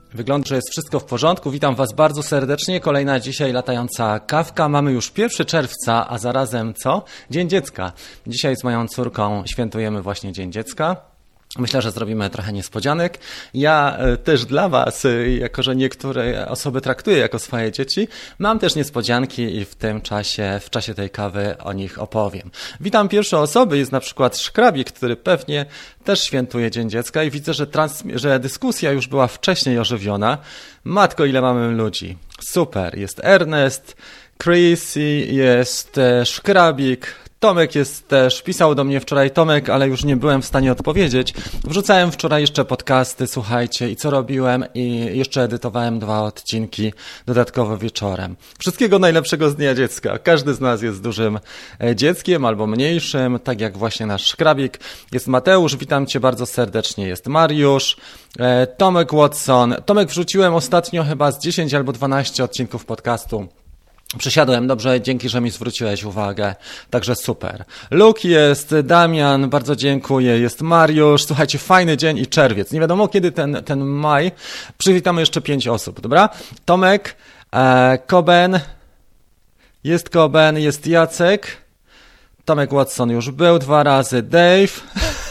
Wygląda, że jest wszystko w porządku. Witam Was bardzo serdecznie. Kolejna dzisiaj latająca kawka. Mamy już 1 czerwca, a zarazem co? Dzień Dziecka. Dzisiaj z moją córką świętujemy właśnie Dzień Dziecka. Myślę, że zrobimy trochę niespodzianek. Ja też dla Was, jako że niektóre osoby traktuję jako swoje dzieci, mam też niespodzianki i w czasie tej kawy o nich opowiem. Witam pierwsze osoby, jest na przykład Szkrabik, który pewnie też świętuje Dzień Dziecka i widzę, że dyskusja już była wcześniej ożywiona. Matko, ile mamy ludzi. Super, jest Ernest, Chrissy, jest Szkrabik, Tomek jest też, pisał do mnie wczoraj Tomek, ale już nie byłem w stanie odpowiedzieć. Wrzucałem wczoraj jeszcze podcasty, słuchajcie, i co robiłem, i jeszcze edytowałem 2 odcinki dodatkowo wieczorem. Wszystkiego najlepszego z Dnia Dziecka. Każdy z nas jest dużym dzieckiem albo mniejszym, tak jak właśnie nasz Szkrabik. Jest Mateusz, witam Cię bardzo serdecznie, jest Mariusz, Tomek Watson. Tomek, wrzuciłem ostatnio chyba z 10 albo 12 odcinków podcastu. Przesiadłem, dobrze, dzięki, że mi zwróciłeś uwagę, także super. Luke jest, Damian, bardzo dziękuję, jest Mariusz, słuchajcie, fajny dzień i czerwiec, nie wiadomo kiedy ten maj, przywitamy jeszcze 5 osób, dobra? Tomek, Koben, jest Jacek, Tomek Watson już był 2 razy, Dave,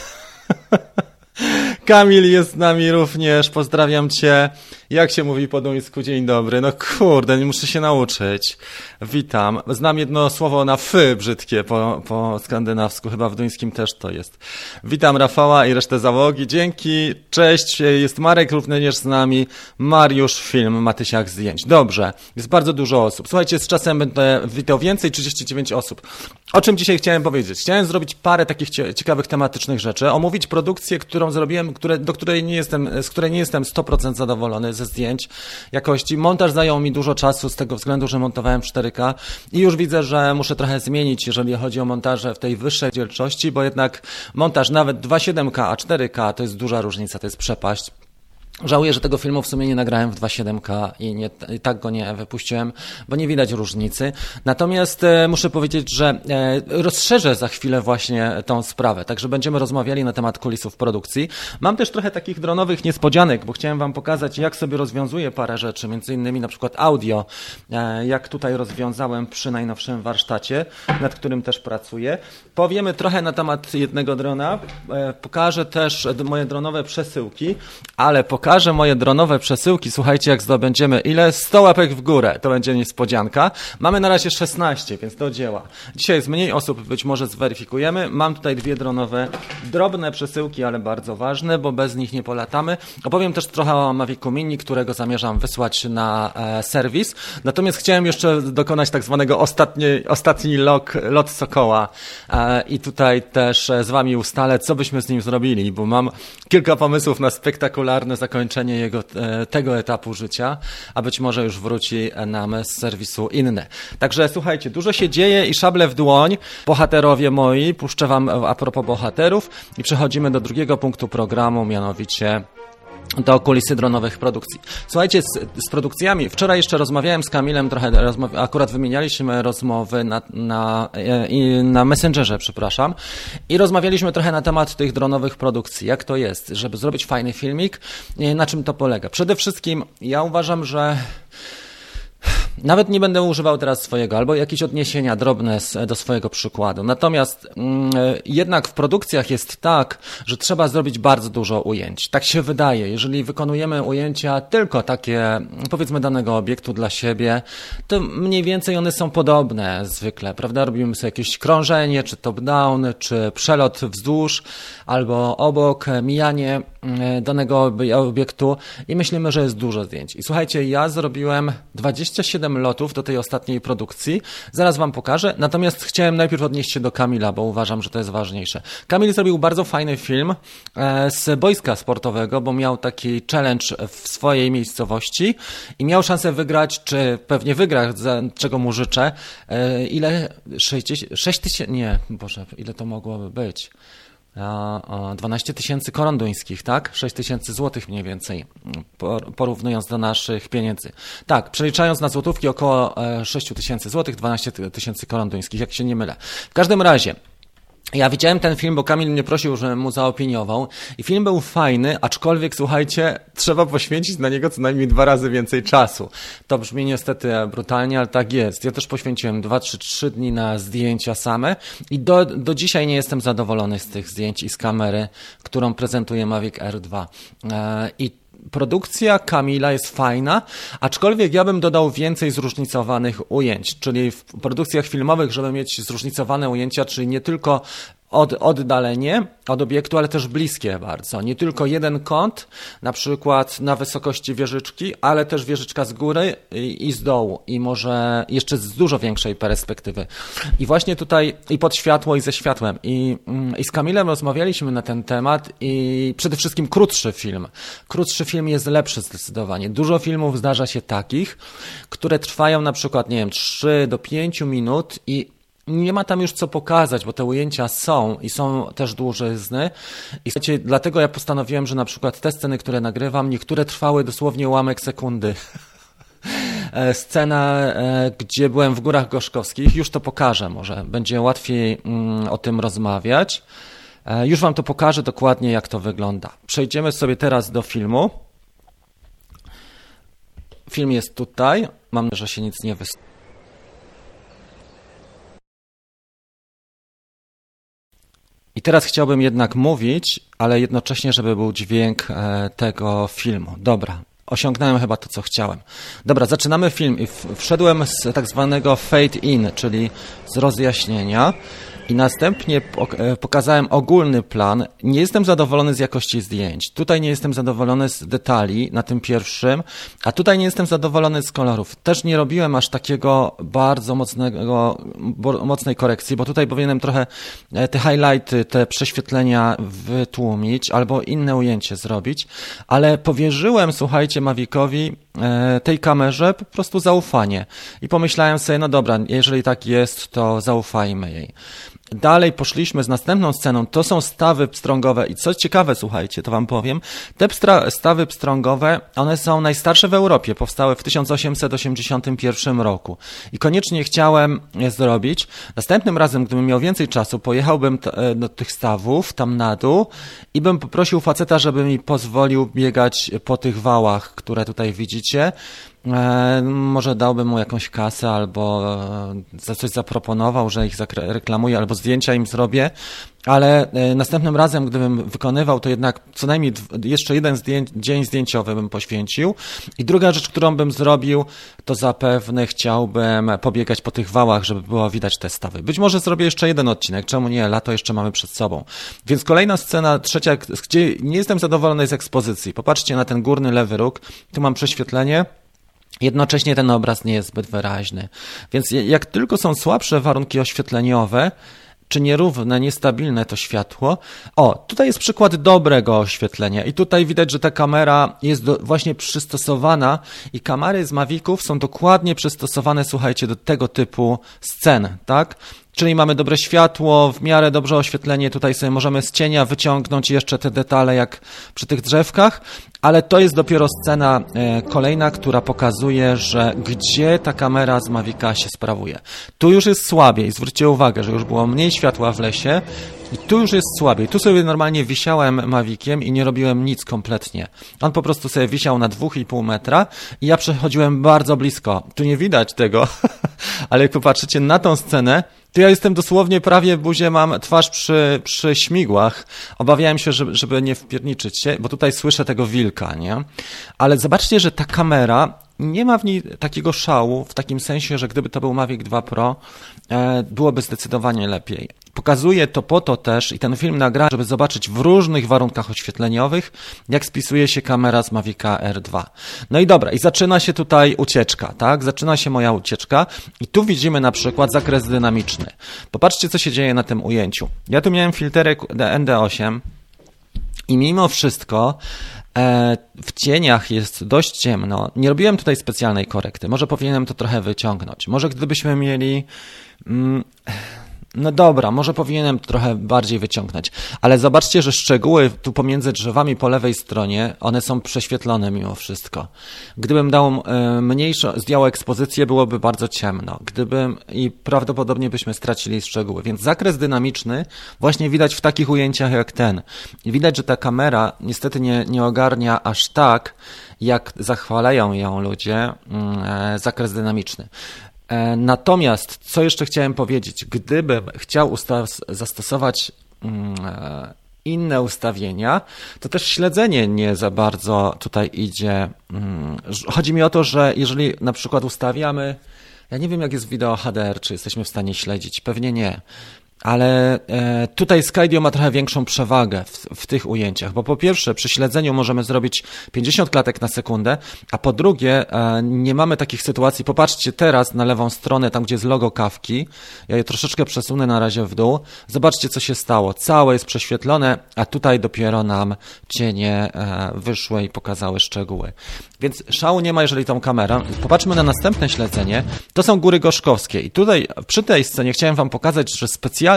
Kamil jest z nami również, pozdrawiam Cię. Jak się mówi po duńsku? Dzień dobry. No kurde, muszę się nauczyć. Witam. Znam jedno słowo na fy brzydkie po skandynawsku, chyba w duńskim też to jest. Witam Rafała i resztę załogi. Dzięki, cześć. Jest Marek również z nami. Mariusz, film, Matysiak zdjęć. Dobrze, jest bardzo dużo osób. Słuchajcie, z czasem będę witał więcej, 39 osób. O czym dzisiaj chciałem powiedzieć? Chciałem zrobić parę takich ciekawych tematycznych rzeczy, omówić produkcję, którą zrobiłem, z której nie jestem 100% zadowolony ze zdjęć jakości. Montaż zajął mi dużo czasu z tego względu, że montowałem w 4K i już widzę, że muszę trochę zmienić, jeżeli chodzi o montaże w tej wyższej rozdzielczości, bo jednak montaż nawet 2.7K a 4K to jest duża różnica, to jest przepaść. Żałuję, że tego filmu w sumie nie nagrałem w 2.7K i tak go nie wypuściłem, bo nie widać różnicy. Natomiast muszę powiedzieć, że rozszerzę za chwilę właśnie tą sprawę, także będziemy rozmawiali na temat kulisów produkcji. Mam też trochę takich dronowych niespodzianek, bo chciałem Wam pokazać, jak sobie rozwiązuję parę rzeczy, między innymi na przykład audio, jak tutaj rozwiązałem przy najnowszym warsztacie, nad którym też pracuję. Powiemy trochę na temat jednego drona, pokażę też moje dronowe przesyłki, ale pokażę moje dronowe przesyłki. Słuchajcie, jak zdobędziemy ile? 100 łapek w górę. To będzie niespodzianka. Mamy na razie 16, więc do dzieła. Dzisiaj jest mniej osób, być może zweryfikujemy. Mam tutaj 2 dronowe, drobne przesyłki, ale bardzo ważne, bo bez nich nie polatamy. Opowiem też trochę o Mavicu Mini, którego zamierzam wysłać na serwis. Natomiast chciałem jeszcze dokonać tak zwanego ostatni lot Sokoła. I tutaj też z Wami ustalę, co byśmy z nim zrobili, bo mam kilka pomysłów na spektakularne zakończenie tego etapu życia, a być może już wróci nam z serwisu inne. Także słuchajcie, dużo się dzieje i szable w dłoń. Bohaterowie moi, puszczę Wam a propos bohaterów i przechodzimy do drugiego punktu programu, mianowicie do kulisy dronowych produkcji. Słuchajcie, z produkcjami, wczoraj jeszcze rozmawiałem z Kamilem, trochę akurat wymienialiśmy rozmowy na Messengerze, przepraszam, i rozmawialiśmy trochę na temat tych dronowych produkcji, jak to jest, żeby zrobić fajny filmik, na czym to polega. Przede wszystkim ja uważam, że nawet nie będę używał teraz swojego, albo jakieś odniesienia drobne do swojego przykładu. Natomiast jednak w produkcjach jest tak, że trzeba zrobić bardzo dużo ujęć. Tak się wydaje. Jeżeli wykonujemy ujęcia tylko takie, powiedzmy, danego obiektu dla siebie, to mniej więcej one są podobne zwykle, prawda? Robimy sobie jakieś krążenie, czy top-down, czy przelot wzdłuż, albo obok, mijanie danego obiektu i myślimy, że jest dużo zdjęć. I słuchajcie, ja zrobiłem 27 lotów do tej ostatniej produkcji. Zaraz Wam pokażę. Natomiast chciałem najpierw odnieść się do Kamila, bo uważam, że to jest ważniejsze. Kamil zrobił bardzo fajny film z boiska sportowego, bo miał taki challenge w swojej miejscowości i miał szansę wygrać, czy pewnie wygra, czego mu życzę. Ile? 6 tysięcy? Nie, Boże, ile to mogłoby być? 12 tysięcy koron duńskich, tak? 6 tysięcy złotych mniej więcej, porównując do naszych pieniędzy. Tak, przeliczając na złotówki około 6 tysięcy złotych, 12 tysięcy koron duńskich, jak się nie mylę. W każdym razie Ja widziałem ten film, bo Kamil mnie prosił, żebym mu zaopiniował i film był fajny, aczkolwiek słuchajcie, trzeba poświęcić na niego co najmniej 2 razy więcej czasu. To brzmi niestety brutalnie, ale tak jest. Ja też poświęciłem 3 dni na zdjęcia same i do dzisiaj nie jestem zadowolony z tych zdjęć i z kamery, którą prezentuje Mavic Air 2. Produkcja Kamila jest fajna, aczkolwiek ja bym dodał więcej zróżnicowanych ujęć, czyli w produkcjach filmowych, żeby mieć zróżnicowane ujęcia, czyli nie tylko oddalenie od obiektu, ale też bliskie bardzo. Nie tylko jeden kąt, na przykład na wysokości wieżyczki, ale też wieżyczka z góry i z dołu i może jeszcze z dużo większej perspektywy. I właśnie tutaj i pod światło i ze światłem. I z Kamilem rozmawialiśmy na ten temat i przede wszystkim krótszy film. Krótszy film jest lepszy zdecydowanie. Dużo filmów zdarza się takich, które trwają na przykład, nie wiem, 3 do 5 minut i nie ma tam już co pokazać, bo te ujęcia są i są też dłużyzny. I słuchajcie, dlatego ja postanowiłem, że na przykład te sceny, które nagrywam, niektóre trwały dosłownie ułamek sekundy. Scena, gdzie byłem w Górach Gorzkowskich, już to pokażę może, będzie łatwiej o tym rozmawiać. Już wam to pokażę dokładnie, jak to wygląda. Przejdziemy sobie teraz do filmu. Film jest tutaj. Mam nadzieję, że się nic nie wystąpi. I teraz chciałbym jednak mówić, ale jednocześnie, żeby był dźwięk tego filmu. Dobra, osiągnąłem chyba to, co chciałem. Dobra, zaczynamy film i wszedłem z tak zwanego fade in, czyli z rozjaśnienia i następnie pokazałem ogólny plan. Nie jestem zadowolony z jakości zdjęć. Tutaj nie jestem zadowolony z detali na tym pierwszym, a tutaj nie jestem zadowolony z kolorów. Też nie robiłem aż takiego bardzo mocnej korekcji, bo tutaj powinienem trochę te highlighty, te prześwietlenia wytłumić albo inne ujęcie zrobić, ale powierzyłem, słuchajcie, Mavicowi tej kamerze po prostu zaufanie i pomyślałem sobie, no dobra, jeżeli tak jest, to zaufajmy jej. Dalej poszliśmy z następną sceną, to są stawy pstrągowe i co ciekawe, słuchajcie, to wam powiem, te stawy pstrągowe, one są najstarsze w Europie, powstały w 1881 roku i koniecznie chciałem je zrobić. Następnym razem, gdybym miał więcej czasu, pojechałbym do tych stawów, tam na dół i bym poprosił faceta, żeby mi pozwolił biegać po tych wałach, które tutaj widzicie. Może dałbym mu jakąś kasę albo za coś zaproponował, że ich reklamuję albo zdjęcia im zrobię, ale następnym razem, gdybym wykonywał, to jednak co najmniej jeszcze jeden dzień zdjęciowy bym poświęcił i druga rzecz, którą bym zrobił, to zapewne chciałbym pobiegać po tych wałach, żeby było widać te stawy. Być może zrobię jeszcze jeden odcinek, czemu nie, lato jeszcze mamy przed sobą. Więc kolejna scena, trzecia, gdzie nie jestem zadowolony z ekspozycji. Popatrzcie na ten górny lewy róg, tu mam prześwietlenie. Jednocześnie ten obraz nie jest zbyt wyraźny. Więc jak tylko są słabsze warunki oświetleniowe, czy nierówne, niestabilne to światło. Tutaj jest przykład dobrego oświetlenia i tutaj widać, że ta kamera jest właśnie przystosowana i kamery z Maviców są dokładnie przystosowane, słuchajcie, do tego typu scen, tak? Czyli mamy dobre światło, w miarę dobrze oświetlenie, tutaj sobie możemy z cienia wyciągnąć jeszcze te detale jak przy tych drzewkach, ale to jest dopiero scena kolejna, która pokazuje, że gdzie ta kamera z Mavica się sprawuje. Tu już jest słabiej, zwróćcie uwagę, że już było mniej światła w lesie i tu już jest słabiej. Tu sobie normalnie wisiałem Maviciem i nie robiłem nic kompletnie. On po prostu sobie wisiał na 2,5 metra i ja przechodziłem bardzo blisko. Tu nie widać tego, ale jak popatrzycie na tą scenę, to ja jestem dosłownie prawie buzię, mam twarz przy śmigłach. Obawiałem się, żeby nie wpierniczyć się, bo tutaj słyszę tego wilka, nie? Ale zobaczcie, że ta kamera nie ma w niej takiego szału, w takim sensie, że gdyby to był Mavic 2 Pro, byłoby zdecydowanie lepiej. Pokazuję to po to też i ten film nagrałem, żeby zobaczyć w różnych warunkach oświetleniowych, jak spisuje się kamera z Mavica R2. No i dobra, i zaczyna się tutaj ucieczka, tak? Zaczyna się moja ucieczka i tu widzimy na przykład zakres dynamiczny. Popatrzcie, co się dzieje na tym ujęciu. Ja tu miałem filterek ND8 i mimo wszystko w cieniach jest dość ciemno. Nie robiłem tutaj specjalnej korekty. Może powinienem to trochę wyciągnąć. Może gdybyśmy mieli No dobra, może powinienem trochę bardziej wyciągnąć, ale zobaczcie, że szczegóły tu pomiędzy drzewami po lewej stronie, one są prześwietlone mimo wszystko. Gdybym dał zdjął ekspozycję, byłoby bardzo ciemno. I prawdopodobnie byśmy stracili szczegóły. Więc zakres dynamiczny właśnie widać w takich ujęciach jak ten. I widać, że ta kamera niestety nie ogarnia aż tak, jak zachwalają ją ludzie, zakres dynamiczny. Natomiast, co jeszcze chciałem powiedzieć, gdybym chciał zastosować inne ustawienia, to też śledzenie nie za bardzo tutaj idzie. Chodzi mi o to, że jeżeli na przykład ustawiamy, ja nie wiem jak jest w wideo HDR, czy jesteśmy w stanie śledzić, pewnie nie. Ale tutaj Skydio ma trochę większą przewagę w tych ujęciach, bo po pierwsze przy śledzeniu możemy zrobić 50 klatek na sekundę, a po drugie nie mamy takich sytuacji, popatrzcie teraz na lewą stronę, tam gdzie jest logo kawki, ja je troszeczkę przesunę na razie w dół, zobaczcie co się stało, całe jest prześwietlone, a tutaj dopiero nam cienie wyszły i pokazały szczegóły. Więc szału nie ma, jeżeli tą kamerę. Popatrzmy na następne śledzenie, to są Góry Gorzkowskie i tutaj przy tej scenie chciałem wam pokazać, że specjalnie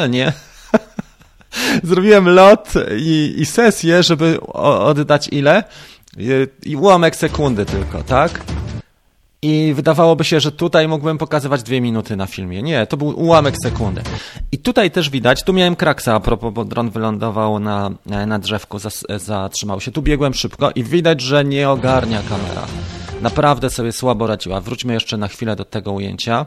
zrobiłem lot i sesję, żeby oddać ile? I ułamek sekundy tylko, tak? I wydawałoby się, że tutaj mógłbym pokazywać 2 minuty na filmie. Nie, to był ułamek sekundy. I tutaj też widać, tu miałem kraksa a propos, bo dron wylądował na drzewku, zatrzymał się. Tu biegłem szybko i widać, że nie ogarnia kamera. Naprawdę sobie słabo radziła. Wróćmy jeszcze na chwilę do tego ujęcia.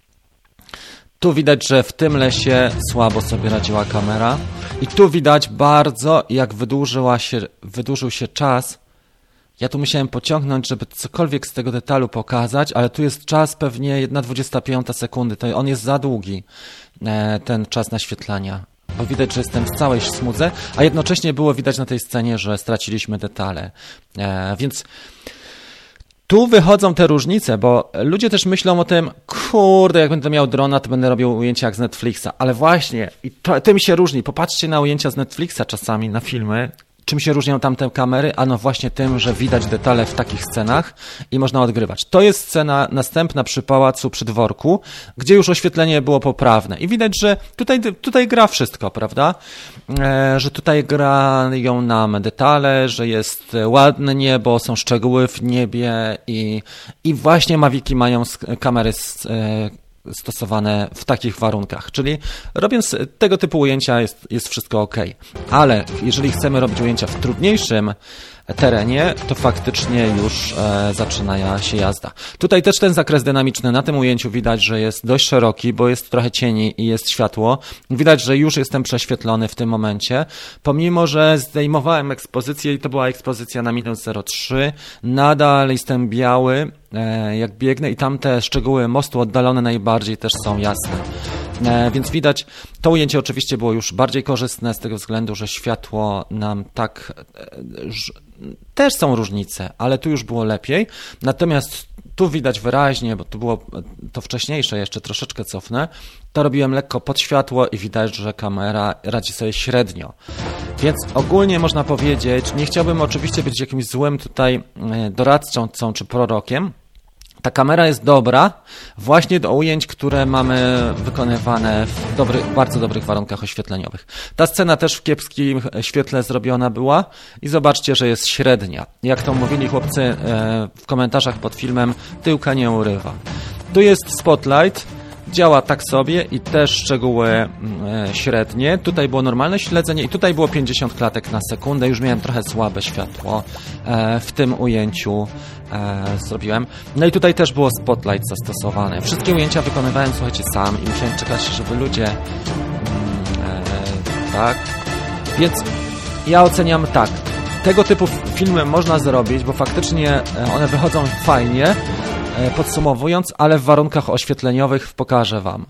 Tu widać, że w tym lesie słabo sobie radziła kamera. I tu widać bardzo, jak wydłużył się czas. Ja tu musiałem pociągnąć, żeby cokolwiek z tego detalu pokazać, ale tu jest czas pewnie 1/25 sekundy. To on jest za długi, ten czas naświetlania. Bo widać, że jestem w całej smudze, a jednocześnie było widać na tej scenie, że straciliśmy detale. Więc tu wychodzą te różnice, bo ludzie też myślą o tym, kurde, jak będę miał drona, to będę robił ujęcia jak z Netflixa. Ale właśnie, i tym się różni. Popatrzcie na ujęcia z Netflixa czasami, na filmy. Czym się różnią tamte kamery? Ano właśnie tym, że widać detale w takich scenach i można odgrywać. To jest scena następna przy pałacu, przy dworku, gdzie już oświetlenie było poprawne. I widać, że tutaj gra wszystko, prawda? Że tutaj grają nam detale, że jest ładne niebo, są szczegóły w niebie i właśnie Maviki mają kamery stosowane w takich warunkach, czyli robiąc tego typu ujęcia jest wszystko ok. Ale jeżeli chcemy robić ujęcia w trudniejszym terenie, to faktycznie już zaczyna się jazda. Tutaj też ten zakres dynamiczny na tym ujęciu widać, że jest dość szeroki, bo jest trochę cieni i jest światło. Widać, że już jestem prześwietlony w tym momencie, pomimo że zdejmowałem ekspozycję i to była ekspozycja na -0,3, nadal jestem biały, jak biegnę i tam te szczegóły mostu oddalone najbardziej też są jasne. Więc widać, to ujęcie oczywiście było już bardziej korzystne z tego względu, że światło nam tak... Też są różnice, ale tu już było lepiej. Natomiast tu widać wyraźnie, bo tu było to wcześniejsze, jeszcze troszeczkę cofnę, to robiłem lekko pod światło i widać, że kamera radzi sobie średnio. Więc ogólnie można powiedzieć, nie chciałbym oczywiście być jakimś złym tutaj doradcą czy prorokiem. Ta kamera jest dobra właśnie do ujęć, które mamy wykonywane w bardzo dobrych warunkach oświetleniowych. Ta scena też w kiepskim świetle zrobiona była i zobaczcie, że jest średnia. Jak to mówili chłopcy w komentarzach pod filmem, tyłka nie urywa. Tu jest spotlight, działa tak sobie i też szczegóły średnie. Tutaj było normalne śledzenie i tutaj było 50 klatek na sekundę. Już miałem trochę słabe światło w tym ujęciu zrobiłem. No i tutaj też było spotlight zastosowane. Wszystkie ujęcia wykonywałem, słuchajcie, sam i musiałem czekać, żeby ludzie tak. Więc ja oceniam tak. Tego typu filmy można zrobić, bo faktycznie one wychodzą fajnie. Podsumowując, ale w warunkach oświetleniowych pokażę wam,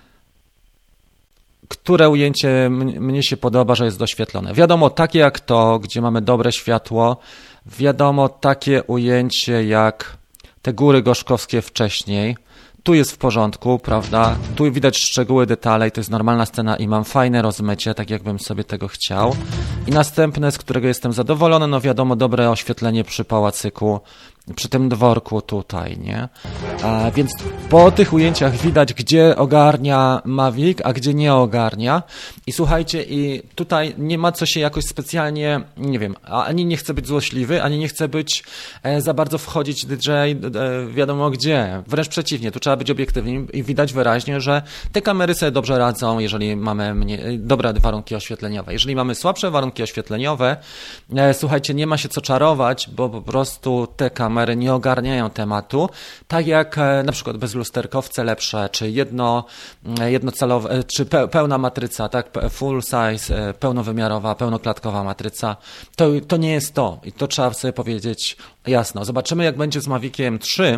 które ujęcie mnie się podoba, że jest doświetlone. Wiadomo, takie jak to, gdzie mamy dobre światło, wiadomo, takie ujęcie jak te Góry Gorzkowskie wcześniej. Tu jest w porządku, prawda? Tu widać szczegóły, detale i to jest normalna scena i mam fajne rozmycie, tak jakbym sobie tego chciał. I następne, z którego jestem zadowolony, no wiadomo, dobre oświetlenie przy pałacyku przy tym dworku tutaj, nie? Więc po tych ujęciach widać, gdzie ogarnia Mavic, a gdzie nie ogarnia. I słuchajcie, i tutaj nie ma co się jakoś specjalnie, nie wiem, ani nie chcę być złośliwy, ani nie chcę być za bardzo wchodzić DJ wiadomo gdzie. Wręcz przeciwnie, tu trzeba być obiektywnym i widać wyraźnie, że te kamery sobie dobrze radzą, jeżeli mamy dobre warunki oświetleniowe. Jeżeli mamy słabsze warunki oświetleniowe, słuchajcie, nie ma się co czarować, bo po prostu te kamery nie ogarniają tematu, tak jak na przykład bezlusterkowce lepsze, czy jednocalowe, czy pełna matryca, tak, full size, pełnowymiarowa, pełnoklatkowa matryca, to nie jest to i to trzeba sobie powiedzieć jasno. Zobaczymy, jak będzie z Maviciem 3.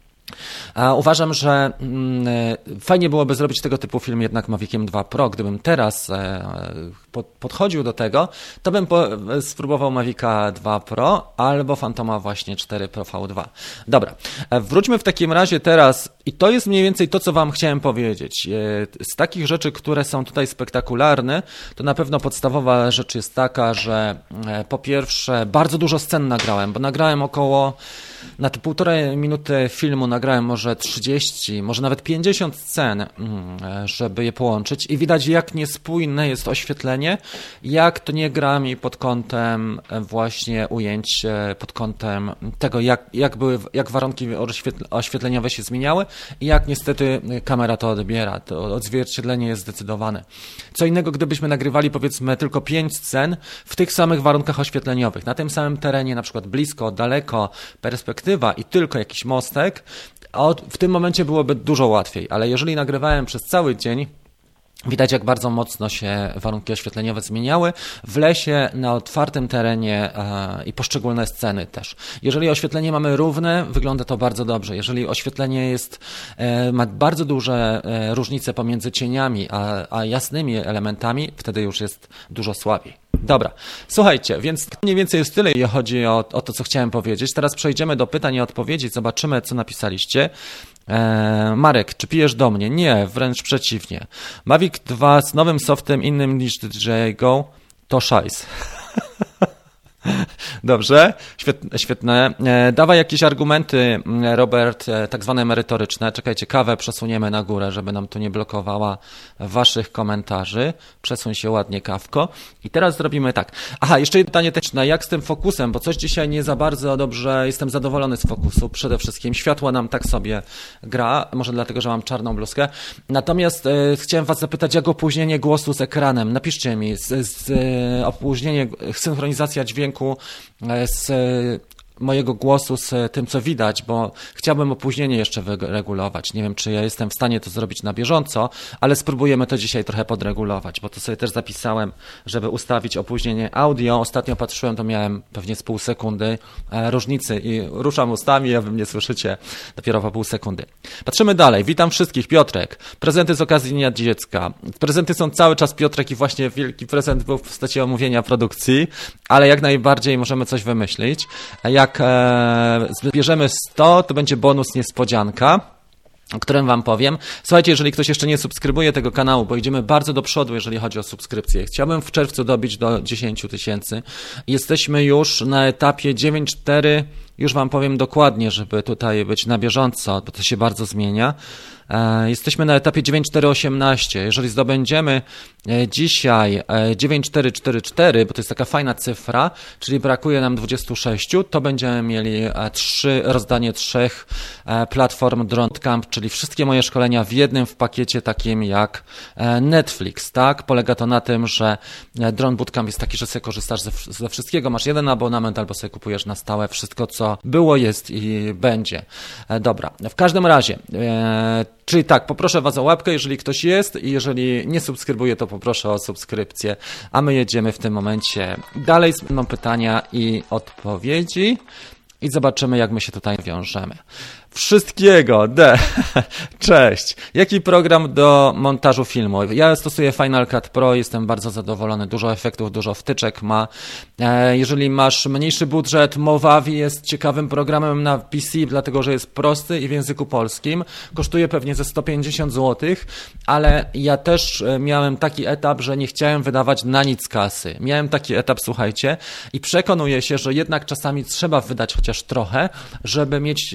Uważam, że fajnie byłoby zrobić tego typu film jednak Maviciem 2 Pro. Gdybym teraz podchodził do tego, to bym spróbował Mavica 2 Pro albo Phantoma właśnie 4 Pro V2. Dobra, wróćmy w takim razie teraz i to jest mniej więcej to, co wam chciałem powiedzieć. Z takich rzeczy, które są tutaj spektakularne, to na pewno podstawowa rzecz jest taka, że po pierwsze bardzo dużo scen nagrałem, bo nagrałem około na te 1,5 minuty filmu nagrałem może 30, może nawet 50 scen, żeby je połączyć i widać, jak niespójne jest oświetlenie, jak to nie gra mi pod kątem właśnie ujęć, pod kątem tego, jak warunki oświetleniowe się zmieniały i jak niestety kamera to odbiera. To odzwierciedlenie jest zdecydowane. Co innego, gdybyśmy nagrywali powiedzmy tylko 5 scen w tych samych warunkach oświetleniowych, na tym samym terenie, na przykład blisko, daleko, perspektywa i tylko jakiś mostek, w tym momencie byłoby dużo łatwiej, ale jeżeli nagrywałem przez cały dzień, widać, jak bardzo mocno się warunki oświetleniowe zmieniały w lesie, na otwartym terenie i poszczególne sceny też. Jeżeli oświetlenie mamy równe, wygląda to bardzo dobrze. Jeżeli oświetlenie ma bardzo duże różnice pomiędzy cieniami a jasnymi elementami, wtedy już jest dużo słabiej. Dobra, słuchajcie, więc mniej więcej jest tyle, jeśli chodzi o to, co chciałem powiedzieć. Teraz przejdziemy do pytań i odpowiedzi, zobaczymy, co napisaliście. Marek, czy pijesz do mnie? Nie, wręcz przeciwnie. Mavic 2 z nowym softem innym niż DJI Go to szajs. Dobrze, świetne. Dawaj jakieś argumenty, Robert, tak zwane merytoryczne. Czekajcie, kawę przesuniemy na górę, żeby nam tu nie blokowała waszych komentarzy. Przesuń się ładnie, kawko. I teraz zrobimy tak. Aha, jeszcze jedno pytanie techniczne. Jak z tym fokusem? Bo coś dzisiaj nie za bardzo dobrze jestem zadowolony z fokusu. Przede wszystkim światło nam tak sobie gra. Może dlatego, że mam czarną bluzkę. Natomiast chciałem was zapytać, jak opóźnienie głosu z ekranem. Napiszcie mi, opóźnienie, synchronizacja dźwięku z mojego głosu z tym, co widać, bo chciałbym opóźnienie jeszcze wyregulować. Nie wiem, czy ja jestem w stanie to zrobić na bieżąco, ale spróbujemy to dzisiaj trochę podregulować, bo to sobie też zapisałem, żeby ustawić opóźnienie audio. Ostatnio patrzyłem, to miałem pewnie z pół sekundy różnicy i ruszam ustami, a wy mnie słyszycie dopiero po pół sekundy. Patrzymy dalej. Witam wszystkich. Piotrek. Prezenty z okazji Dnia Dziecka. Prezenty są cały czas, Piotrek, i właśnie wielki prezent był w postaci omówienia produkcji, ale jak najbardziej możemy coś wymyślić. Jak zbierzemy 100, to będzie bonus niespodzianka, o którym wam powiem. Słuchajcie, jeżeli ktoś jeszcze nie subskrybuje tego kanału, bo idziemy bardzo do przodu, jeżeli chodzi o subskrypcję. Chciałbym w czerwcu dobić do 10 000. Jesteśmy już na etapie 9.4. Już wam powiem dokładnie, żeby tutaj być na bieżąco, bo to się bardzo zmienia. Jesteśmy na etapie 9.4.18. Jeżeli zdobędziemy dzisiaj 9.4.4.4, bo to jest taka fajna cyfra, czyli brakuje nam 26, to będziemy mieli rozdanie 3 platform Drone Bootcamp, czyli wszystkie moje szkolenia w jednym w pakiecie takim jak Netflix, tak? Polega to na tym, że Drone Bootcamp jest taki, że sobie korzystasz ze wszystkiego, masz jeden abonament albo sobie kupujesz na stałe wszystko, co było, jest i będzie. Dobra, w każdym razie, czyli tak, poproszę was o łapkę, jeżeli ktoś jest, i jeżeli nie subskrybuje, to poproszę o subskrypcję, a my jedziemy w tym momencie dalej z pytania i odpowiedzi i zobaczymy, jak my się tutaj wiążemy. Wszystkiego, cześć. Jaki program do montażu filmu? Ja stosuję Final Cut Pro, jestem bardzo zadowolony, dużo efektów, dużo wtyczek ma. Jeżeli masz mniejszy budżet, Movavi jest ciekawym programem na PC, dlatego że jest prosty i w języku polskim. Kosztuje pewnie ze 150 zł, ale ja też miałem taki etap, że nie chciałem wydawać na nic kasy. Miałem taki etap, słuchajcie, i przekonuję się, że jednak czasami trzeba wydać chociaż chociaż trochę, żeby mieć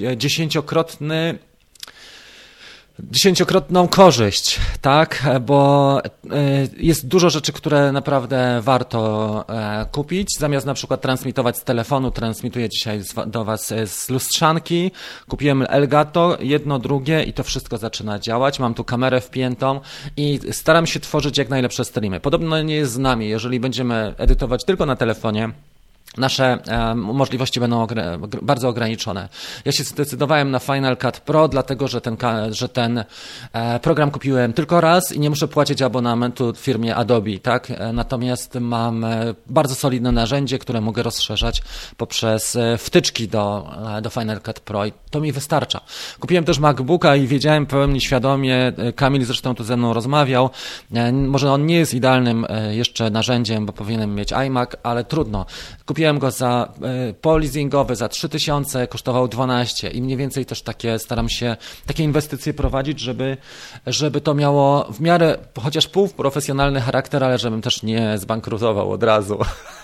dziesięciokrotną korzyść, tak, bo jest dużo rzeczy, które naprawdę warto kupić. Zamiast na przykład transmitować z telefonu, transmituję dzisiaj do Was z lustrzanki. Kupiłem Elgato, jedno, drugie i to wszystko zaczyna działać. Mam tu kamerę wpiętą i staram się tworzyć jak najlepsze streamy. Podobno nie jest z nami, jeżeli będziemy edytować tylko na telefonie, nasze możliwości będą bardzo ograniczone. Ja się zdecydowałem na Final Cut Pro, dlatego że ten program kupiłem tylko raz i nie muszę płacić abonamentu w firmie Adobe, tak? Natomiast mam bardzo solidne narzędzie, które mogę rozszerzać poprzez wtyczki do Final Cut Pro i to mi wystarcza. Kupiłem też MacBooka i wiedziałem pełni świadomie, Kamil zresztą tu ze mną rozmawiał, może on nie jest idealnym jeszcze narzędziem, bo powinienem mieć iMac, ale trudno. Kupiłem go leasingowy za 3000, kosztował 12 i mniej więcej też staram się takie inwestycje prowadzić, żeby to miało w miarę chociaż półprofesjonalny charakter, ale żebym też nie zbankrutował od razu.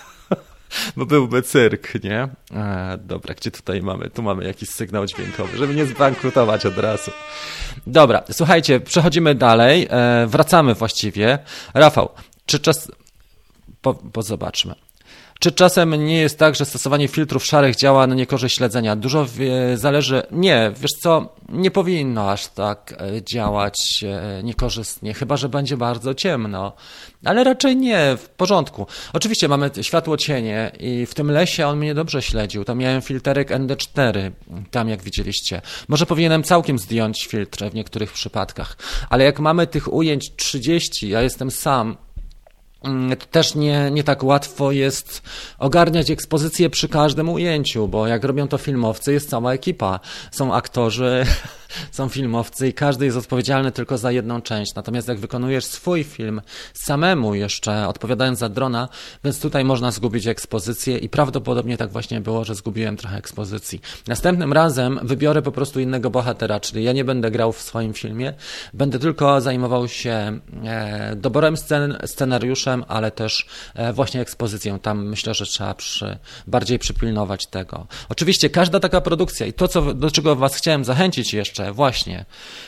Bo byłby cyrk, nie? Dobra, gdzie tutaj mamy? Tu mamy jakiś sygnał dźwiękowy, żeby nie zbankrutować od razu. Dobra, słuchajcie, przechodzimy dalej, wracamy właściwie. Rafał, czy czas... Zobaczmy. Czy czasem nie jest tak, że stosowanie filtrów szarych działa na niekorzyść śledzenia? Dużo zależy... Nie, wiesz co, nie powinno aż tak działać niekorzystnie, chyba że będzie bardzo ciemno, ale raczej nie, w porządku. Oczywiście mamy światło-cienie i w tym lesie on mnie dobrze śledził, to miałem filterek ND4, tam jak widzieliście. Może powinienem całkiem zdjąć filtr w niektórych przypadkach, ale jak mamy tych ujęć 30, ja jestem sam, to też nie tak łatwo jest ogarniać ekspozycję przy każdym ujęciu, bo jak robią to filmowcy, jest cała ekipa. Są aktorzy, są filmowcy i każdy jest odpowiedzialny tylko za jedną część. Natomiast jak wykonujesz swój film samemu jeszcze, odpowiadając za drona, więc tutaj można zgubić ekspozycję i prawdopodobnie tak właśnie było, że zgubiłem trochę ekspozycji. Następnym razem wybiorę po prostu innego bohatera, czyli ja nie będę grał w swoim filmie, będę tylko zajmował się doborem scen, scenariuszem, ale też właśnie ekspozycją. Tam myślę, że trzeba bardziej przypilnować tego. Oczywiście każda taka produkcja i to, do czego Was chciałem zachęcić jeszcze, właśnie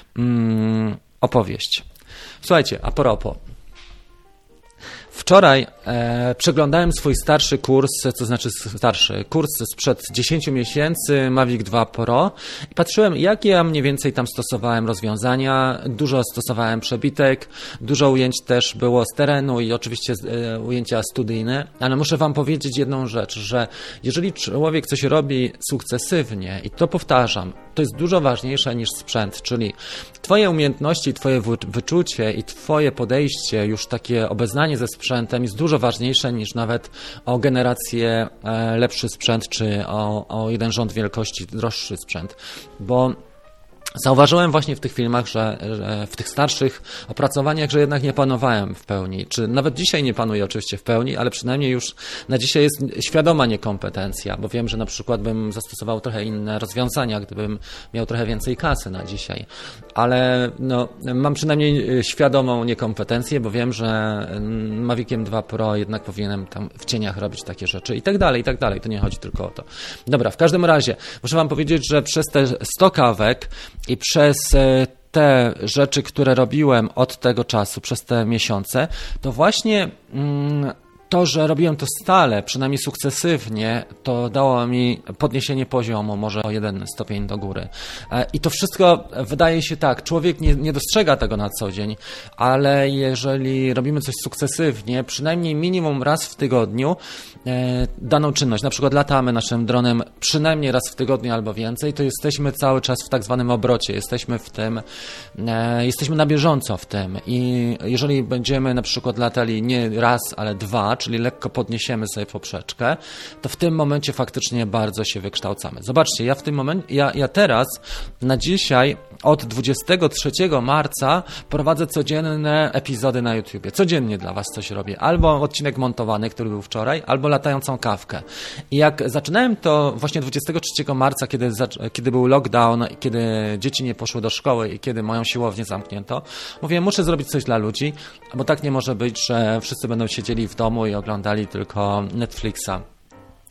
opowieść. Słuchajcie, a propos. Wczoraj przeglądałem swój starszy kurs, to znaczy kurs sprzed 10 miesięcy, Mavic 2 Pro i patrzyłem, jakie ja mniej więcej tam stosowałem rozwiązania, dużo stosowałem przebitek, dużo ujęć też było z terenu i oczywiście ujęcia studyjne, ale muszę Wam powiedzieć jedną rzecz, że jeżeli człowiek coś robi sukcesywnie i to powtarzam, to jest dużo ważniejsze niż sprzęt, czyli Twoje umiejętności, Twoje wyczucie i Twoje podejście, już takie obeznanie ze sprzętem jest dużo ważniejsze niż nawet o generację lepszy sprzęt, czy o jeden rząd wielkości droższy sprzęt, bo zauważyłem właśnie w tych filmach, że w tych starszych opracowaniach, że jednak nie panowałem w pełni, czy nawet dzisiaj nie panuję oczywiście w pełni, ale przynajmniej już na dzisiaj jest świadoma niekompetencja, bo wiem, że na przykład bym zastosował trochę inne rozwiązania, gdybym miał trochę więcej kasy na dzisiaj, ale no, mam przynajmniej świadomą niekompetencję, bo wiem, że Maviciem 2 Pro jednak powinienem tam w cieniach robić takie rzeczy i tak dalej, to nie chodzi tylko o to. Dobra, w każdym razie muszę Wam powiedzieć, że przez te 100 kawek i przez te rzeczy, które robiłem od tego czasu, przez te miesiące, to właśnie to, że robiłem to stale, przynajmniej sukcesywnie, to dało mi podniesienie poziomu, może o 1 stopień do góry. I to wszystko wydaje się tak, człowiek nie dostrzega tego na co dzień, ale jeżeli robimy coś sukcesywnie, przynajmniej minimum raz w tygodniu daną czynność, na przykład latamy naszym dronem przynajmniej raz w tygodniu albo więcej, to jesteśmy cały czas w tak zwanym obrocie, jesteśmy w tym, jesteśmy na bieżąco w tym i jeżeli będziemy na przykład latali nie raz, ale 2, czyli lekko podniesiemy sobie poprzeczkę, to w tym momencie faktycznie bardzo się wykształcamy. Zobaczcie, ja w tym momencie, ja teraz na dzisiaj od 23 marca prowadzę codzienne epizody na YouTubie. Codziennie dla Was coś robię. Albo odcinek montowany, który był wczoraj, albo latającą kawkę. I jak zaczynałem to właśnie 23 marca, kiedy był lockdown, kiedy dzieci nie poszły do szkoły i kiedy moją siłownię zamknięto, mówiłem, muszę zrobić coś dla ludzi, bo tak nie może być, że wszyscy będą siedzieli w domu i oglądali tylko Netflixa.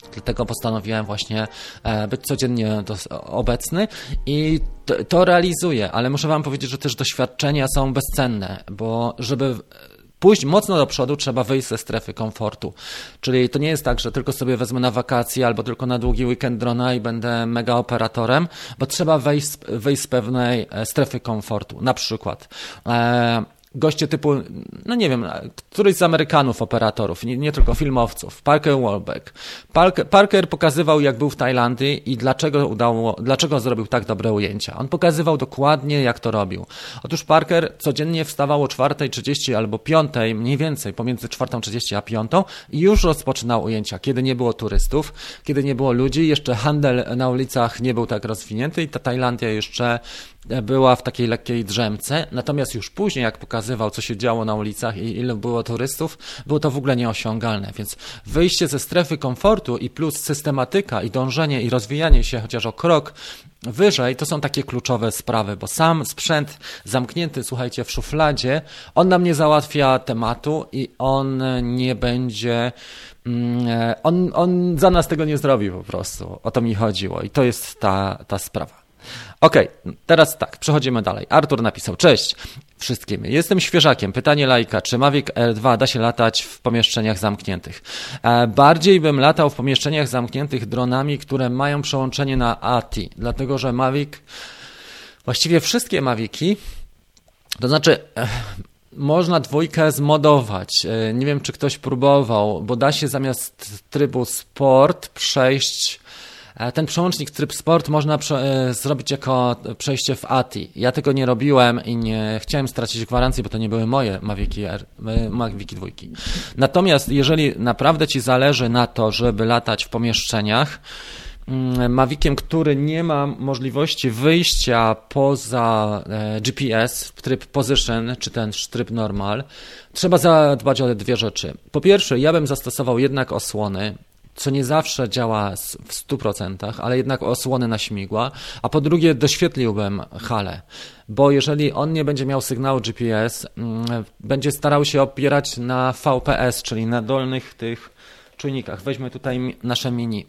Dlatego postanowiłem właśnie być codziennie obecny i to realizuję, ale muszę wam powiedzieć, że też doświadczenia są bezcenne, bo żeby pójść mocno do przodu, trzeba wyjść ze strefy komfortu. Czyli to nie jest tak, że tylko sobie wezmę na wakacje albo tylko na długi weekend drona i będę mega operatorem, bo trzeba wyjść z pewnej strefy komfortu. Na przykład goście typu, no nie wiem, któryś z Amerykanów operatorów, nie tylko filmowców, Parker Wahlberg. Parker pokazywał, jak był w Tajlandii i dlaczego zrobił tak dobre ujęcia. On pokazywał dokładnie, jak to robił. Otóż Parker codziennie wstawał o 4:30 albo 5:00, mniej więcej, pomiędzy 4:30 a 5:00 i już rozpoczynał ujęcia, kiedy nie było turystów, kiedy nie było ludzi, jeszcze handel na ulicach nie był tak rozwinięty i ta Tajlandia jeszcze była w takiej lekkiej drzemce, natomiast już później, jak pokazywał, co się działo na ulicach i ile było turystów, było to w ogóle nieosiągalne, więc wyjście ze strefy komfortu i plus systematyka i dążenie i rozwijanie się chociaż o krok wyżej, to są takie kluczowe sprawy, bo sam sprzęt zamknięty, słuchajcie, w szufladzie, on nam nie załatwia tematu i on nie będzie, on za nas tego nie zrobi po prostu, o to mi chodziło i to jest ta sprawa. Okej, teraz tak, przechodzimy dalej. Artur napisał: cześć wszystkim, jestem świeżakiem. Pytanie laika, czy Mavic Air 2 da się latać w pomieszczeniach zamkniętych? Bardziej bym latał w pomieszczeniach zamkniętych dronami, które mają przełączenie na ATI, dlatego że Mavic, właściwie wszystkie Maviki, to znaczy można dwójkę zmodować. Nie wiem, czy ktoś próbował, bo da się zamiast trybu Sport przejść. Ten przełącznik tryb Sport można zrobić jako przejście w ATI. Ja tego nie robiłem i nie chciałem stracić gwarancji, bo to nie były moje Maviki 2. Natomiast jeżeli naprawdę Ci zależy na to, żeby latać w pomieszczeniach, Maviciem, który nie ma możliwości wyjścia poza GPS, tryb Position, czy ten tryb Normal, trzeba zadbać o dwie rzeczy. Po pierwsze, ja bym zastosował jednak osłony, co nie zawsze działa w 100%, ale jednak osłony na śmigła, a po drugie doświetliłbym halę, bo jeżeli on nie będzie miał sygnału GPS, będzie starał się opierać na VPS, czyli na dolnych tych czujnikach. Weźmy tutaj nasze mini.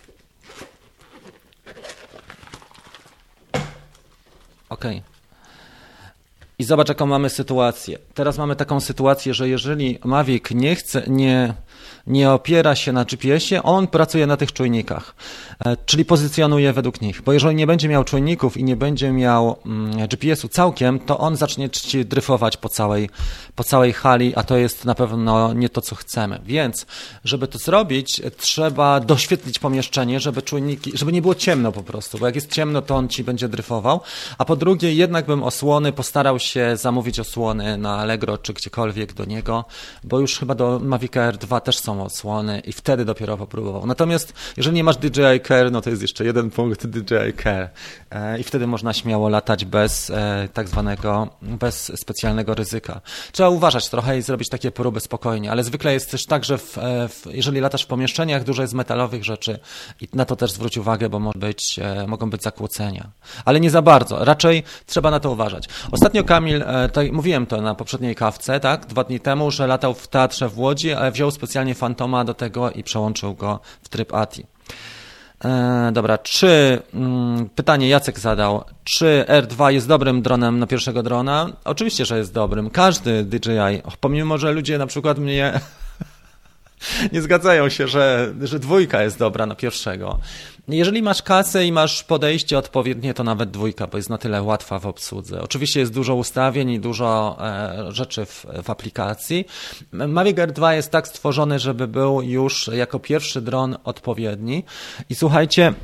Okej. I zobacz, jaką mamy sytuację. Teraz mamy taką sytuację, że jeżeli Mavic nie opiera się na GPS-ie, on pracuje na tych czujnikach, czyli pozycjonuje według nich. Bo jeżeli nie będzie miał czujników i nie będzie miał GPS-u całkiem, to on zacznie ci dryfować po całej hali, a to jest na pewno nie to, co chcemy. Więc, żeby to zrobić, trzeba doświetlić pomieszczenie, żeby nie było ciemno po prostu, bo jak jest ciemno, to on ci będzie dryfował. A po drugie, jednak bym postarał się zamówić osłony na Allegro czy gdziekolwiek do niego, bo już chyba do Mavic Air 2 też są odsłony i wtedy dopiero popróbował. Natomiast jeżeli nie masz DJI Care, no to jest jeszcze jeden punkt DJI Care i wtedy można śmiało latać bez bez specjalnego ryzyka. Trzeba uważać trochę i zrobić takie próby spokojnie, ale zwykle jest też tak, że jeżeli latasz w pomieszczeniach, dużo jest metalowych rzeczy i na to też zwróć uwagę, bo mogą być zakłócenia. Ale nie za bardzo, raczej trzeba na to uważać. Ostatnio Kamil, mówiłem to na poprzedniej kawce, tak, 2 dni temu, że latał w teatrze w Łodzi, ale wziął specjalnie Fantoma do tego i przełączył go w tryb ATI. Dobra, pytanie Jacek zadał, czy R2 jest dobrym dronem na pierwszego drona? Oczywiście, że jest dobrym. Każdy DJI, pomimo, że ludzie na przykład mnie nie zgadzają się, że 2 jest dobra na pierwszego. Jeżeli masz kasę i masz podejście odpowiednie, to nawet 2, bo jest na tyle łatwa w obsłudze. Oczywiście jest dużo ustawień i dużo rzeczy w aplikacji. Mavic Air 2 jest tak stworzony, żeby był już jako pierwszy dron odpowiedni. I słuchajcie,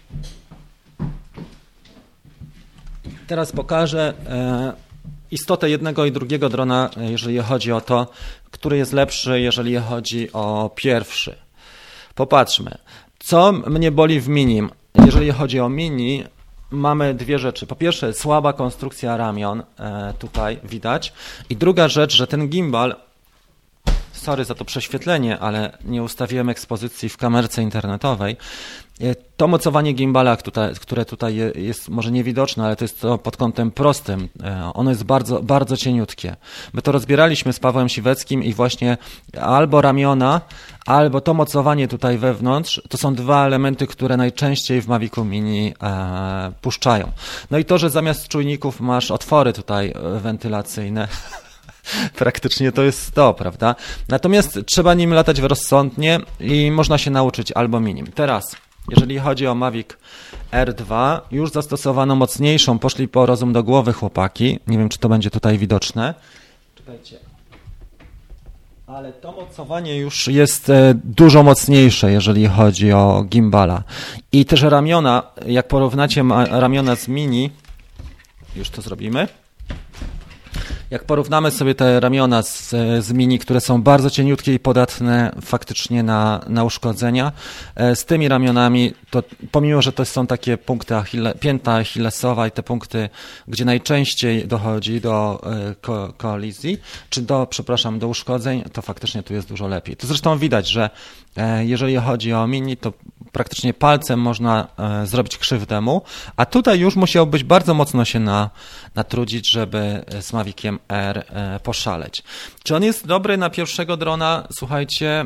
teraz pokażę istotę jednego i drugiego drona, jeżeli chodzi o to, który jest lepszy, jeżeli chodzi o pierwszy. Popatrzmy. Co mnie boli w Mini? Jeżeli chodzi o Mini, mamy dwie rzeczy. Po pierwsze, słaba konstrukcja ramion, tutaj widać. I druga rzecz, że ten gimbal sorry za to prześwietlenie, ale nie ustawiłem ekspozycji w kamerce internetowej. To mocowanie gimbala, które tutaj jest może niewidoczne, ale to jest to pod kątem prostym. Ono jest bardzo, bardzo cieniutkie. My to rozbieraliśmy z Pawłem Siweckim i właśnie albo ramiona, albo to mocowanie tutaj wewnątrz, to są dwa elementy, które najczęściej w Mavicu Mini puszczają. No i to, że zamiast czujników masz otwory tutaj wentylacyjne, praktycznie to jest to, prawda? Natomiast trzeba nim latać rozsądnie i można się nauczyć albo minim. Teraz, jeżeli chodzi o Mavic R2, już zastosowano mocniejszą, poszli po rozum do głowy chłopaki. Nie wiem, czy to będzie tutaj widoczne. Czekajcie. Ale to mocowanie już jest dużo mocniejsze, jeżeli chodzi o gimbala. I też ramiona, jak porównacie ramiona z mini, już to zrobimy. Jak porównamy sobie te ramiona z mini, które są bardzo cieniutkie i podatne faktycznie na uszkodzenia, z tymi ramionami, to pomimo, że to są takie punkty pięta achillesowa i te punkty, gdzie najczęściej dochodzi do kolizji, czy do uszkodzeń, to faktycznie tu jest dużo lepiej. To zresztą widać, że jeżeli chodzi o mini, to praktycznie palcem można zrobić krzywdę mu, a tutaj już musiałbyś bardzo mocno się natrudzić, żeby z Maviciem R poszaleć. Czy on jest dobry na pierwszego drona? Słuchajcie,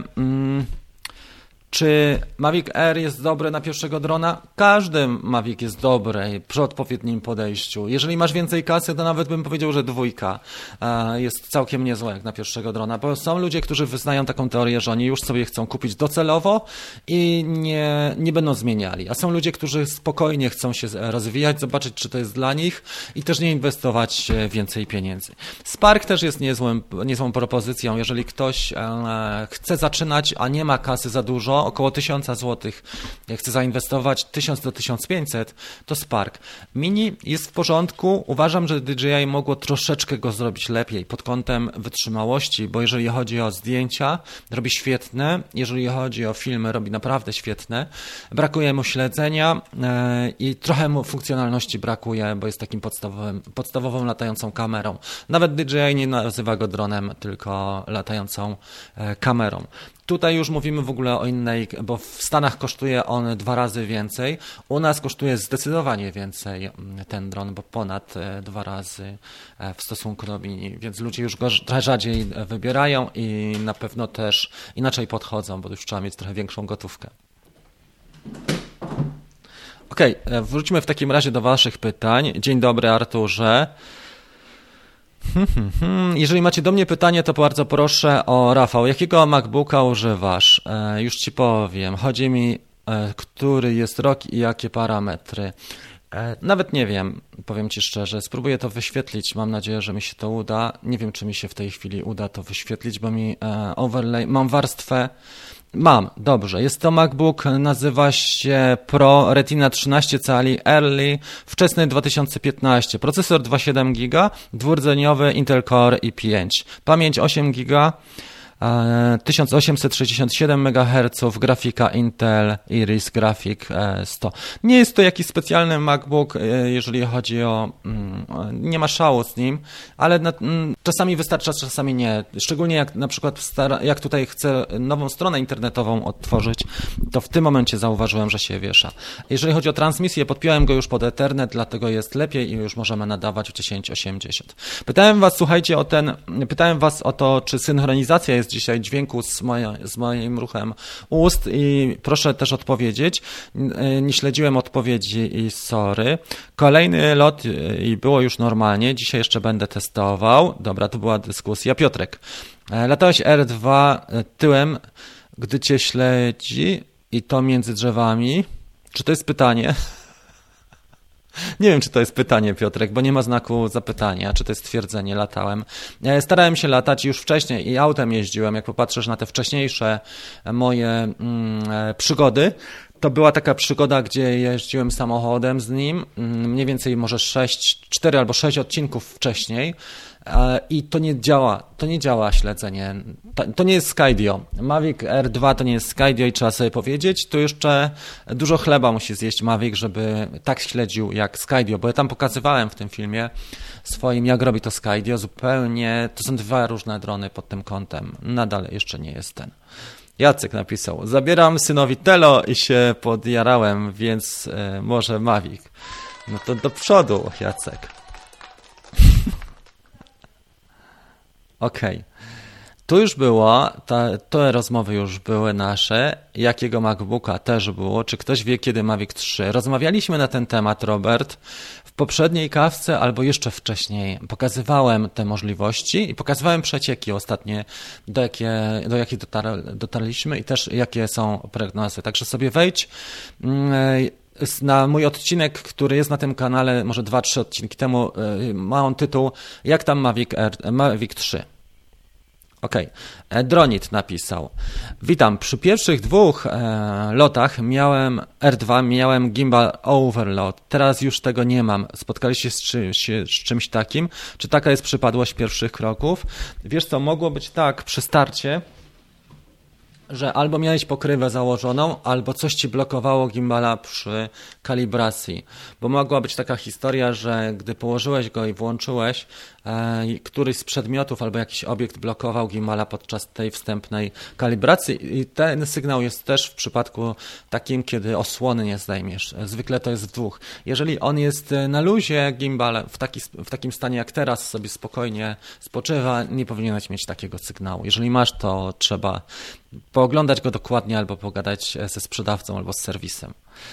czy Mavic R jest dobry na pierwszego drona? Każdy Mavic jest dobry przy odpowiednim podejściu. Jeżeli masz więcej kasy, to nawet bym powiedział, że 2 jest całkiem niezła jak na pierwszego drona, bo są ludzie, którzy wyznają taką teorię, że oni już sobie chcą kupić docelowo i nie będą zmieniali. A są ludzie, którzy spokojnie chcą się rozwijać, zobaczyć, czy to jest dla nich i też nie inwestować więcej pieniędzy. Spark też jest niezłą propozycją. Jeżeli ktoś chce zaczynać, a nie ma kasy za dużo, około 1000 zł, jak chce zainwestować 1000 do 1500, to Spark. Mini jest w porządku. Uważam, że DJI mogło troszeczkę go zrobić lepiej pod kątem wytrzymałości, bo jeżeli chodzi o zdjęcia, robi świetne. Jeżeli chodzi o filmy, robi naprawdę świetne. Brakuje mu śledzenia i trochę mu funkcjonalności brakuje, bo jest takim podstawową latającą kamerą. Nawet DJI nie nazywa go dronem, tylko latającą kamerą. Tutaj już mówimy w ogóle o innej, bo w Stanach kosztuje on 2 razy więcej. U nas kosztuje zdecydowanie więcej ten dron, bo ponad 2 razy w stosunku do mini, więc ludzie już go trochę rzadziej wybierają i na pewno też inaczej podchodzą, bo już trzeba mieć trochę większą gotówkę. Okej, wróćmy w takim razie do waszych pytań. Dzień dobry, Arturze. Jeżeli macie do mnie pytanie, to bardzo proszę o Rafał. Jakiego MacBooka używasz? Już ci powiem. Chodzi mi, który jest rok i jakie parametry. Nawet nie wiem, powiem ci szczerze. Spróbuję to wyświetlić. Mam nadzieję, że mi się to uda. Nie wiem, czy mi się w tej chwili uda to wyświetlić, bo mi overlay, mam warstwę. Mam, dobrze. Jest to MacBook, nazywa się Pro Retina 13 cali Early, wczesny 2015. Procesor 2,7 GB, dwurdzeniowy Intel Core i5. Pamięć 8 GB, 1867 MHz, grafika Intel Iris Graphic 100. Nie jest to jakiś specjalny MacBook, jeżeli chodzi o... nie ma szału z nim, ale czasami wystarcza, czasami nie. Szczególnie jak na przykład jak tutaj chcę nową stronę internetową odtworzyć, to w tym momencie zauważyłem, że się wiesza. Jeżeli chodzi o transmisję, podpiąłem go już pod Ethernet, dlatego jest lepiej i już możemy nadawać w 1080. Pytałem was o to, czy synchronizacja jest dzisiaj dźwięku z moim ruchem ust i proszę też odpowiedzieć. Nie śledziłem odpowiedzi i sorry. Kolejny lot i było już normalnie. Dzisiaj jeszcze będę testował. Dobra, to była dyskusja. Piotrek, latałeś R2 tyłem, gdy cię śledzi i to między drzewami. Czy to jest pytanie? Nie wiem, czy to jest pytanie, Piotrek, bo nie ma znaku zapytania, czy to jest twierdzenie, latałem. Starałem się latać już wcześniej i autem jeździłem. Jak popatrzysz na te wcześniejsze moje przygody, To była taka przygoda, gdzie jeździłem samochodem z nim, mniej więcej może 4 albo 6 odcinków wcześniej i to nie działa śledzenie. To nie jest Skydio. Mavic R2 to nie jest Skydio i trzeba sobie powiedzieć, tu jeszcze dużo chleba musi zjeść Mavic, żeby tak śledził jak Skydio, bo ja tam pokazywałem w tym filmie swoim, jak robi to Skydio, zupełnie, to są 2 różne drony pod tym kątem. Nadal jeszcze nie jest ten. Jacek napisał, zabieram synowi Telo i się podjarałem, więc może Mavic. No to do przodu, Jacek. Okej. Tu już było, te rozmowy już były nasze, jakiego MacBooka też było, czy ktoś wie, kiedy Mavic 3. Rozmawialiśmy na ten temat, Robert, w poprzedniej kawce albo jeszcze wcześniej. Pokazywałem te możliwości i pokazywałem przecieki ostatnie, do jakich dotarliśmy i też jakie są prognozy. Także sobie wejdź na mój odcinek, który jest na tym kanale, może 2-3 odcinki temu, ma on tytuł Jak tam Mavic 3. Okej. Dronit napisał. Witam. Przy pierwszych 2 lotach miałem gimbal overload. Teraz już tego nie mam. Spotkaliście się z czymś takim? Czy taka jest przypadłość pierwszych kroków? Wiesz co, mogło być tak przy starcie, że albo miałeś pokrywę założoną, albo coś ci blokowało gimbala przy kalibracji. Bo mogła być taka historia, że gdy położyłeś go i włączyłeś, któryś z przedmiotów albo jakiś obiekt blokował gimbala podczas tej wstępnej kalibracji i ten sygnał jest też w przypadku takim, kiedy osłony nie zdejmiesz. Zwykle to jest w 2. Jeżeli on jest na luzie, gimbal w takim stanie jak teraz sobie spokojnie spoczywa, nie powinieneś mieć takiego sygnału. Jeżeli masz, to trzeba pooglądać go dokładnie albo pogadać ze sprzedawcą albo z serwisem.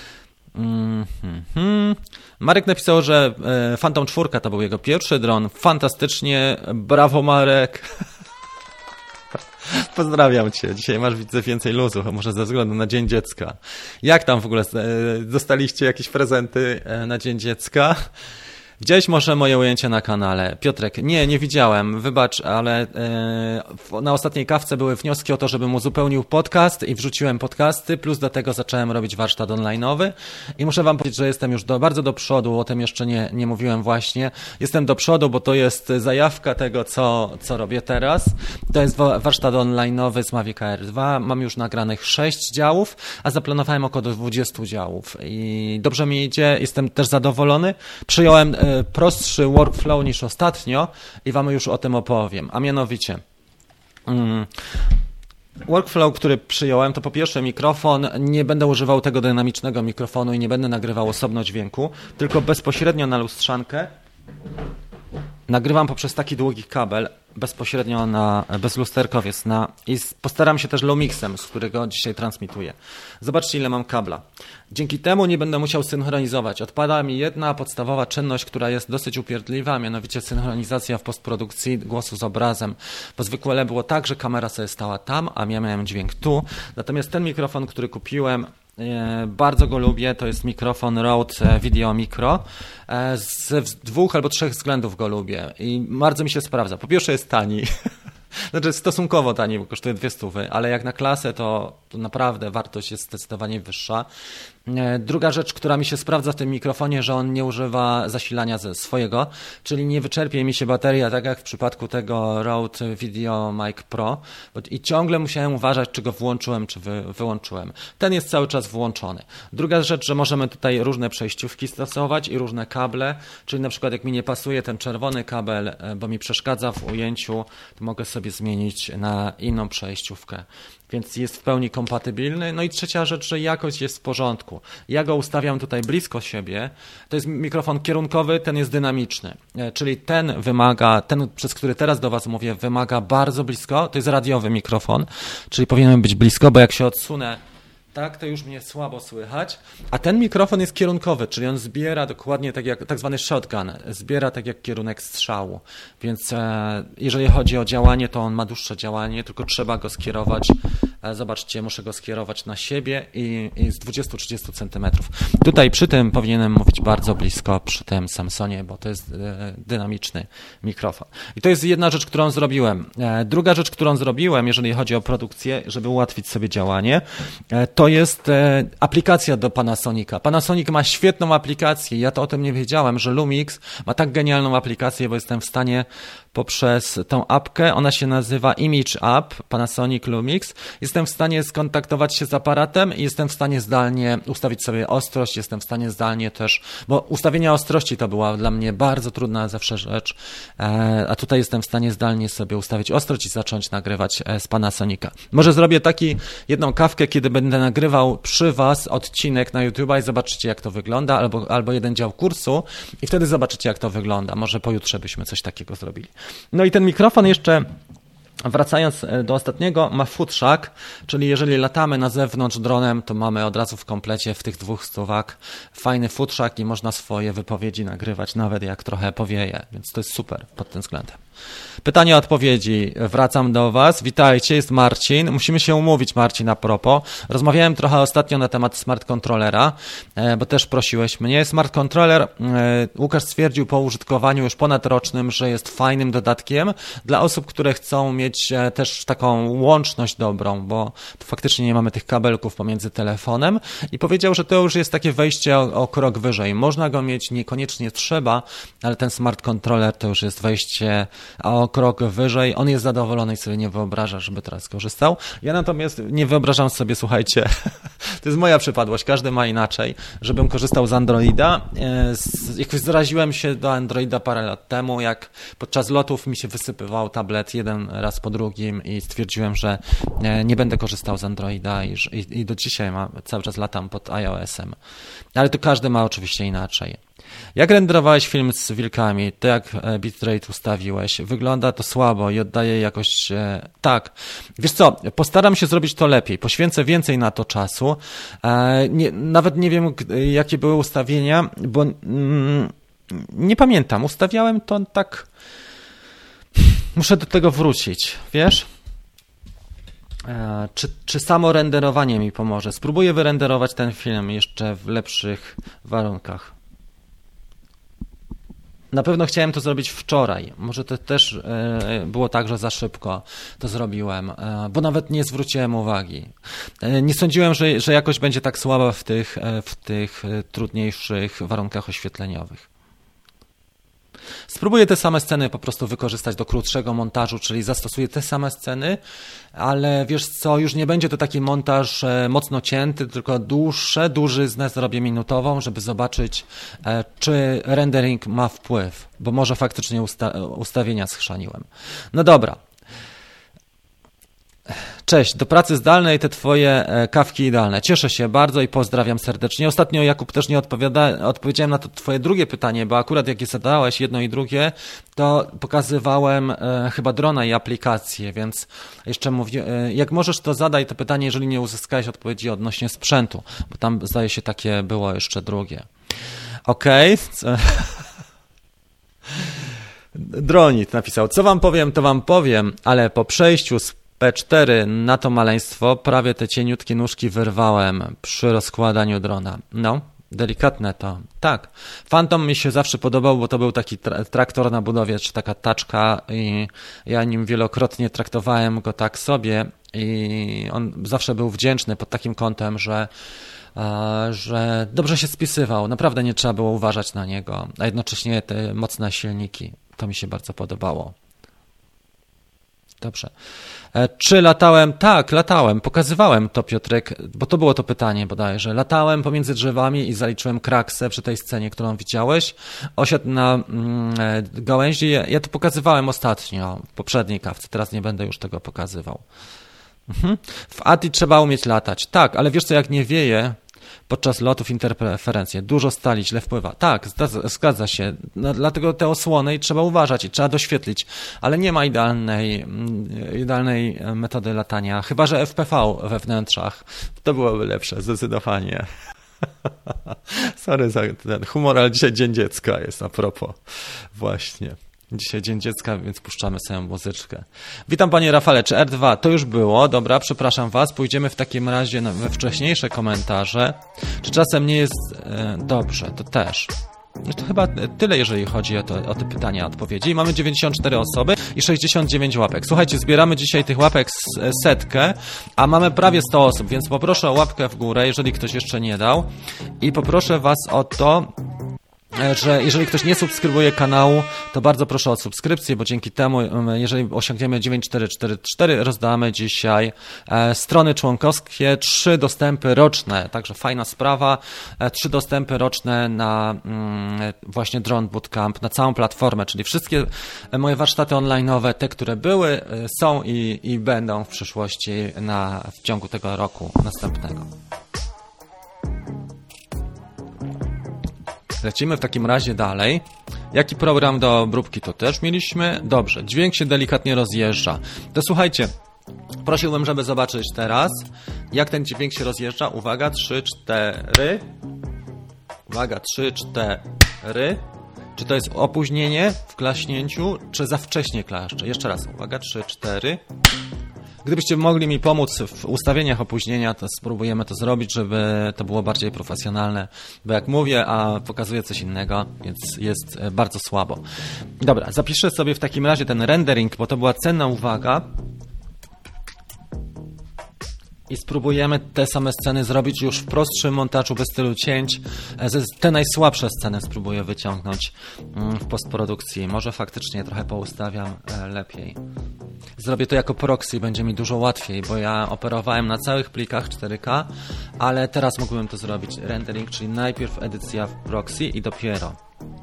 Marek napisał, że Phantom 4 to był jego pierwszy dron. Fantastycznie, brawo Marek. Pozdrawiam Cię. Dzisiaj masz, widzę, więcej luzu, może ze względu na Dzień Dziecka. Jak tam w ogóle dostaliście jakieś prezenty na Dzień Dziecka? Widziałeś może moje ujęcie na kanale? Piotrek, nie widziałem, wybacz, ale na ostatniej kawce były wnioski o to, żebym uzupełnił podcast i wrzuciłem podcasty, plus do tego zacząłem robić warsztat online'owy i muszę wam powiedzieć, że jestem już bardzo do przodu, o tym jeszcze nie mówiłem właśnie. Jestem do przodu, bo to jest zajawka tego, co robię teraz. To jest warsztat online'owy z Mavic R2, mam już nagranych 6 działów, a zaplanowałem około 20 działów i dobrze mi idzie, jestem też zadowolony. Przyjąłem prostszy workflow niż ostatnio i wam już o tym opowiem, a mianowicie workflow, który przyjąłem, to po pierwsze mikrofon, nie będę używał tego dynamicznego mikrofonu i nie będę nagrywał osobno dźwięku, tylko bezpośrednio na lustrzankę nagrywam poprzez taki długi kabel bezpośrednio na bezlusterkowiec i postaram się też Lumixem, z którego dzisiaj transmituję. Zobaczcie, ile mam kabla. Dzięki temu nie będę musiał synchronizować. Odpada mi jedna podstawowa czynność, która jest dosyć upierdliwa, mianowicie synchronizacja w postprodukcji głosu z obrazem. Bo zwykle było tak, że kamera sobie stała tam, a ja miałem dźwięk tu. Natomiast ten mikrofon, który kupiłem, bardzo go lubię, to jest mikrofon Rode Video Micro. Z 2 albo 3 względów go lubię i bardzo mi się sprawdza. Po pierwsze jest tani, znaczy stosunkowo tani, bo kosztuje 200, ale jak na klasę to naprawdę wartość jest zdecydowanie wyższa. Druga rzecz, która mi się sprawdza w tym mikrofonie, że on nie używa zasilania ze swojego, czyli nie wyczerpie mi się bateria, tak jak w przypadku tego Rode Video Mic Pro i ciągle musiałem uważać, czy go włączyłem, czy wyłączyłem. Ten jest cały czas włączony. Druga rzecz, że możemy tutaj różne przejściówki stosować i różne kable, czyli na przykład jak mi nie pasuje ten czerwony kabel, bo mi przeszkadza w ujęciu, to mogę sobie zmienić na inną przejściówkę. Więc jest w pełni kompatybilny. No i trzecia rzecz, że jakość jest w porządku. Ja go ustawiam tutaj blisko siebie. To jest mikrofon kierunkowy, ten jest dynamiczny. Czyli ten przez który teraz do Was mówię, wymaga bardzo blisko. To jest radiowy mikrofon, czyli powinien być blisko, bo jak się odsunę, tak, to już mnie słabo słychać. A ten mikrofon jest kierunkowy, czyli on zbiera dokładnie tak jak tak zwany shotgun, zbiera tak jak kierunek strzału. Więc jeżeli chodzi o działanie, to on ma dłuższe działanie, tylko trzeba go skierować Zobaczcie, muszę go skierować na siebie i z 20-30 centymetrów. Tutaj przy tym powinienem mówić bardzo blisko przy tym Samsonie, bo to jest dynamiczny mikrofon. I to jest jedna rzecz, którą zrobiłem. Druga rzecz, którą zrobiłem, jeżeli chodzi o produkcję, żeby ułatwić sobie działanie, to jest aplikacja do Panasonica. Panasonic ma świetną aplikację. Ja to o tym nie wiedziałem, że Lumix ma tak genialną aplikację, bo jestem w stanie poprzez tą apkę, ona się nazywa Image App, Panasonic Lumix, jestem w stanie skontaktować się z aparatem i jestem w stanie zdalnie ustawić sobie ostrość, jestem w stanie zdalnie też, bo ustawienia ostrości to była dla mnie bardzo trudna zawsze rzecz, a tutaj jestem w stanie zdalnie sobie ustawić ostrość i zacząć nagrywać z Panasonica. Może zrobię jedną kawkę, kiedy będę nagrywał przy Was odcinek na YouTube'a i zobaczycie, jak to wygląda, albo jeden dział kursu i wtedy zobaczycie, jak to wygląda. Może pojutrze byśmy coś takiego zrobili. No i ten mikrofon jeszcze, wracając do ostatniego, ma footshack, czyli jeżeli latamy na zewnątrz dronem, to mamy od razu w komplecie w tych 200 fajny footshack i można swoje wypowiedzi nagrywać, nawet jak trochę powieje, więc to jest super pod tym względem. Pytanie, odpowiedzi. Wracam do Was. Witajcie, jest Marcin. Musimy się umówić, Marcin, a propos. Rozmawiałem trochę ostatnio na temat smart controllera, bo też prosiłeś mnie. Smart controller, Łukasz stwierdził po użytkowaniu już ponadrocznym, że jest fajnym dodatkiem dla osób, które chcą mieć też taką łączność dobrą, bo faktycznie nie mamy tych kabelków pomiędzy telefonem i powiedział, że to już jest takie wejście o krok wyżej. Można go mieć, niekoniecznie trzeba, ale ten smart controller to już jest wejście o krok wyżej. On jest zadowolony i sobie nie wyobraża, żeby teraz korzystał. Ja natomiast nie wyobrażam sobie, słuchajcie, to jest moja przypadłość, każdy ma inaczej, żebym korzystał z Androida. Jakoś zaraziłem się do Androida parę lat temu, jak podczas lotów mi się wysypywał tablet jeden raz po drugim i stwierdziłem, że nie będę korzystał z Androida i do dzisiaj cały czas latam pod iOS-em. Ale to każdy ma oczywiście inaczej. Jak renderowałeś film z wilkami? To jak bitrate ustawiłeś? Wygląda to słabo i oddaje jakość... Tak. Wiesz co, postaram się zrobić to lepiej. Poświęcę więcej na to czasu. Nawet nie wiem, jakie były ustawienia, bo nie pamiętam. Ustawiałem to tak... Muszę do tego wrócić, wiesz? Czy samo renderowanie mi pomoże? Spróbuję wyrenderować ten film jeszcze w lepszych warunkach. Na pewno chciałem to zrobić wczoraj. Może to też było tak, że za szybko to zrobiłem, bo nawet nie zwróciłem uwagi. Nie sądziłem, że jakość będzie tak słaba w tych trudniejszych warunkach oświetleniowych. Spróbuję te same sceny po prostu wykorzystać do krótszego montażu, czyli zastosuję te same sceny, ale wiesz co, już nie będzie to taki montaż mocno cięty, tylko dłużyznę zrobię minutową, żeby zobaczyć, czy rendering ma wpływ, bo może faktycznie ustawienia schrzaniłem. No dobra. Cześć, do pracy zdalnej te Twoje kawki idealne. Cieszę się bardzo i pozdrawiam serdecznie. Ostatnio, Jakub, też nie odpowiedziałem na to Twoje drugie pytanie, bo akurat jak je zadałeś, jedno i drugie, to pokazywałem chyba drona i aplikację, więc jeszcze mówię, jak możesz, to zadaj to pytanie, jeżeli nie uzyskałeś odpowiedzi odnośnie sprzętu, bo tam zdaje się takie było jeszcze drugie. Okej. Dronit napisał, co wam powiem, to wam powiem, ale po przejściu z P4 na to maleństwo prawie te cieniutkie nóżki wyrwałem przy rozkładaniu drona. No, delikatne to. Tak. Phantom mi się zawsze podobał, bo to był taki traktor na budowie, czy taka taczka i ja nim wielokrotnie traktowałem go tak sobie i on zawsze był wdzięczny pod takim kątem, że dobrze się spisywał. Naprawdę nie trzeba było uważać na niego, a jednocześnie te mocne silniki. To mi się bardzo podobało. Dobrze. Czy latałem? Tak, latałem. Pokazywałem to, Piotrek, bo to było to pytanie bodajże. Latałem pomiędzy drzewami i zaliczyłem kraksę przy tej scenie, którą widziałeś. Osiadł na gałęzi. Ja to pokazywałem ostatnio w poprzedniej kawce. Teraz nie będę już tego pokazywał. W ATI trzeba umieć latać. Tak, ale wiesz co, jak nie wieje podczas lotów, interferencje, dużo stali, źle wpływa. Tak, zgadza się. No, dlatego te osłony trzeba uważać i trzeba doświetlić, ale nie ma idealnej metody latania, chyba że FPV we wnętrzach. To byłoby lepsze, zdecydowanie. Sorry za ten humor, ale dzisiaj Dzień Dziecka jest a propos. Właśnie. Dzisiaj Dzień Dziecka, więc puszczamy sobie muzyczkę. Witam panie Rafale, czy R2 to już było? Dobra, przepraszam was. Pójdziemy w takim razie we wcześniejsze komentarze. Czy czasem nie jest dobrze? To też. To chyba tyle, jeżeli chodzi o te pytania, odpowiedzi. Mamy 94 osoby i 69 łapek. Słuchajcie, zbieramy dzisiaj tych łapek 100, a mamy prawie 100 osób, więc poproszę o łapkę w górę, jeżeli ktoś jeszcze nie dał. I poproszę was o to, że jeżeli ktoś nie subskrybuje kanału, to bardzo proszę o subskrypcję, bo dzięki temu, jeżeli osiągniemy 9444, rozdamy dzisiaj strony członkowskie, 3 dostępy roczne, także fajna sprawa, 3 dostępy roczne na właśnie Drone Bootcamp, na całą platformę, czyli wszystkie moje warsztaty online'owe, te, które były, są i będą w przyszłości w ciągu tego roku następnego. Lecimy w takim razie dalej. Jaki program do obróbki to też mieliśmy? Dobrze, dźwięk się delikatnie rozjeżdża. To słuchajcie, prosiłbym, żeby zobaczyć teraz, jak ten dźwięk się rozjeżdża. Uwaga, 3, 4. Uwaga, 3, 4. Czy to jest opóźnienie w klaśnięciu, czy za wcześnie klaszczę? Jeszcze raz, uwaga, 3, 4. Gdybyście mogli mi pomóc w ustawieniach opóźnienia, to spróbujemy to zrobić, żeby to było bardziej profesjonalne, bo jak mówię, a pokazuję coś innego, więc jest bardzo słabo. Dobra, zapiszę sobie w takim razie ten rendering, bo to była cenna uwaga. I spróbujemy te same sceny zrobić już w prostszym montażu, bez tylu cięć. Te najsłabsze sceny spróbuję wyciągnąć w postprodukcji. Może faktycznie trochę poustawiam lepiej. Zrobię to jako proxy, będzie mi dużo łatwiej, bo ja operowałem na całych plikach 4K, ale teraz mógłbym to zrobić rendering, czyli najpierw edycja w proxy i dopiero.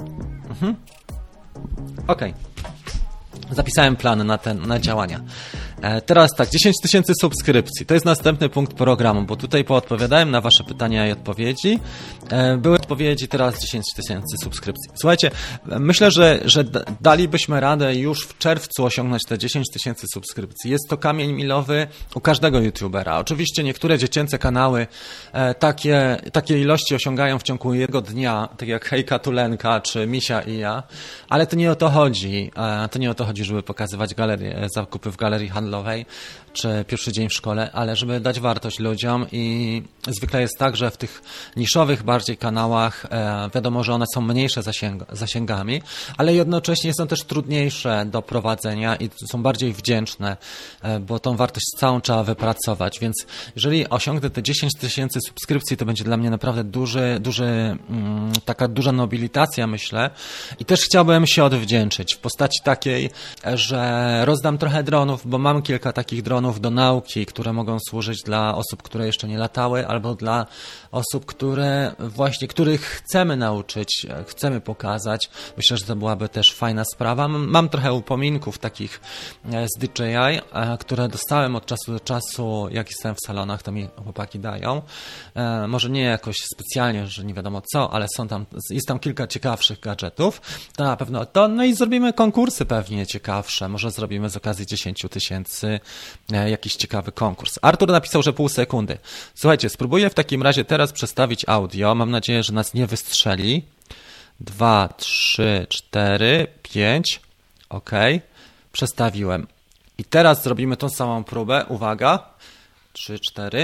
Okej. Zapisałem plany na działania. Teraz tak, 10 000 subskrypcji. To jest następny punkt programu, bo tutaj poodpowiadałem na wasze pytania i odpowiedzi. Były odpowiedzi, teraz 10 000 subskrypcji. Słuchajcie, myślę, że dalibyśmy radę już w czerwcu osiągnąć te 10 000 subskrypcji. Jest to kamień milowy u każdego youtubera. Oczywiście niektóre dziecięce kanały takie ilości osiągają w ciągu jednego dnia, tak jak Hejka Tulenka czy Misia i ja, ale to nie o to chodzi. To nie o to chodzi, żeby pokazywać zakupy w galerii handlowej, czy pierwszy dzień w szkole, ale żeby dać wartość ludziom i zwykle jest tak, że w tych niszowych bardziej kanałach wiadomo, że one są mniejsze zasięgami, ale jednocześnie są też trudniejsze do prowadzenia i są bardziej wdzięczne, bo tą wartość całą trzeba wypracować, więc jeżeli osiągnę te 10 000 subskrypcji, to będzie dla mnie naprawdę taka duża nobilitacja, myślę, i też chciałbym się odwdzięczyć w postaci takiej, że rozdam trochę dronów, bo mam kilka takich dronów do nauki, które mogą służyć dla osób, które jeszcze nie latały, albo dla osób, których chcemy nauczyć, chcemy pokazać. Myślę, że to byłaby też fajna sprawa. Mam trochę upominków takich z DJI, które dostałem od czasu do czasu, jak jestem w salonach, to mi chłopaki dają. Może nie jakoś specjalnie, że nie wiadomo co, ale jest tam kilka ciekawszych gadżetów. To na pewno to. No i zrobimy konkursy pewnie ciekawsze. Może zrobimy z okazji 10 000 jakiś ciekawy konkurs. Artur napisał, że pół sekundy. Słuchajcie, spróbuję w takim razie teraz przestawić audio. Mam nadzieję, że nas nie wystrzeli. 2, 3, 4, 5. OK. Przestawiłem. I teraz zrobimy tą samą próbę. Uwaga. 3, 4.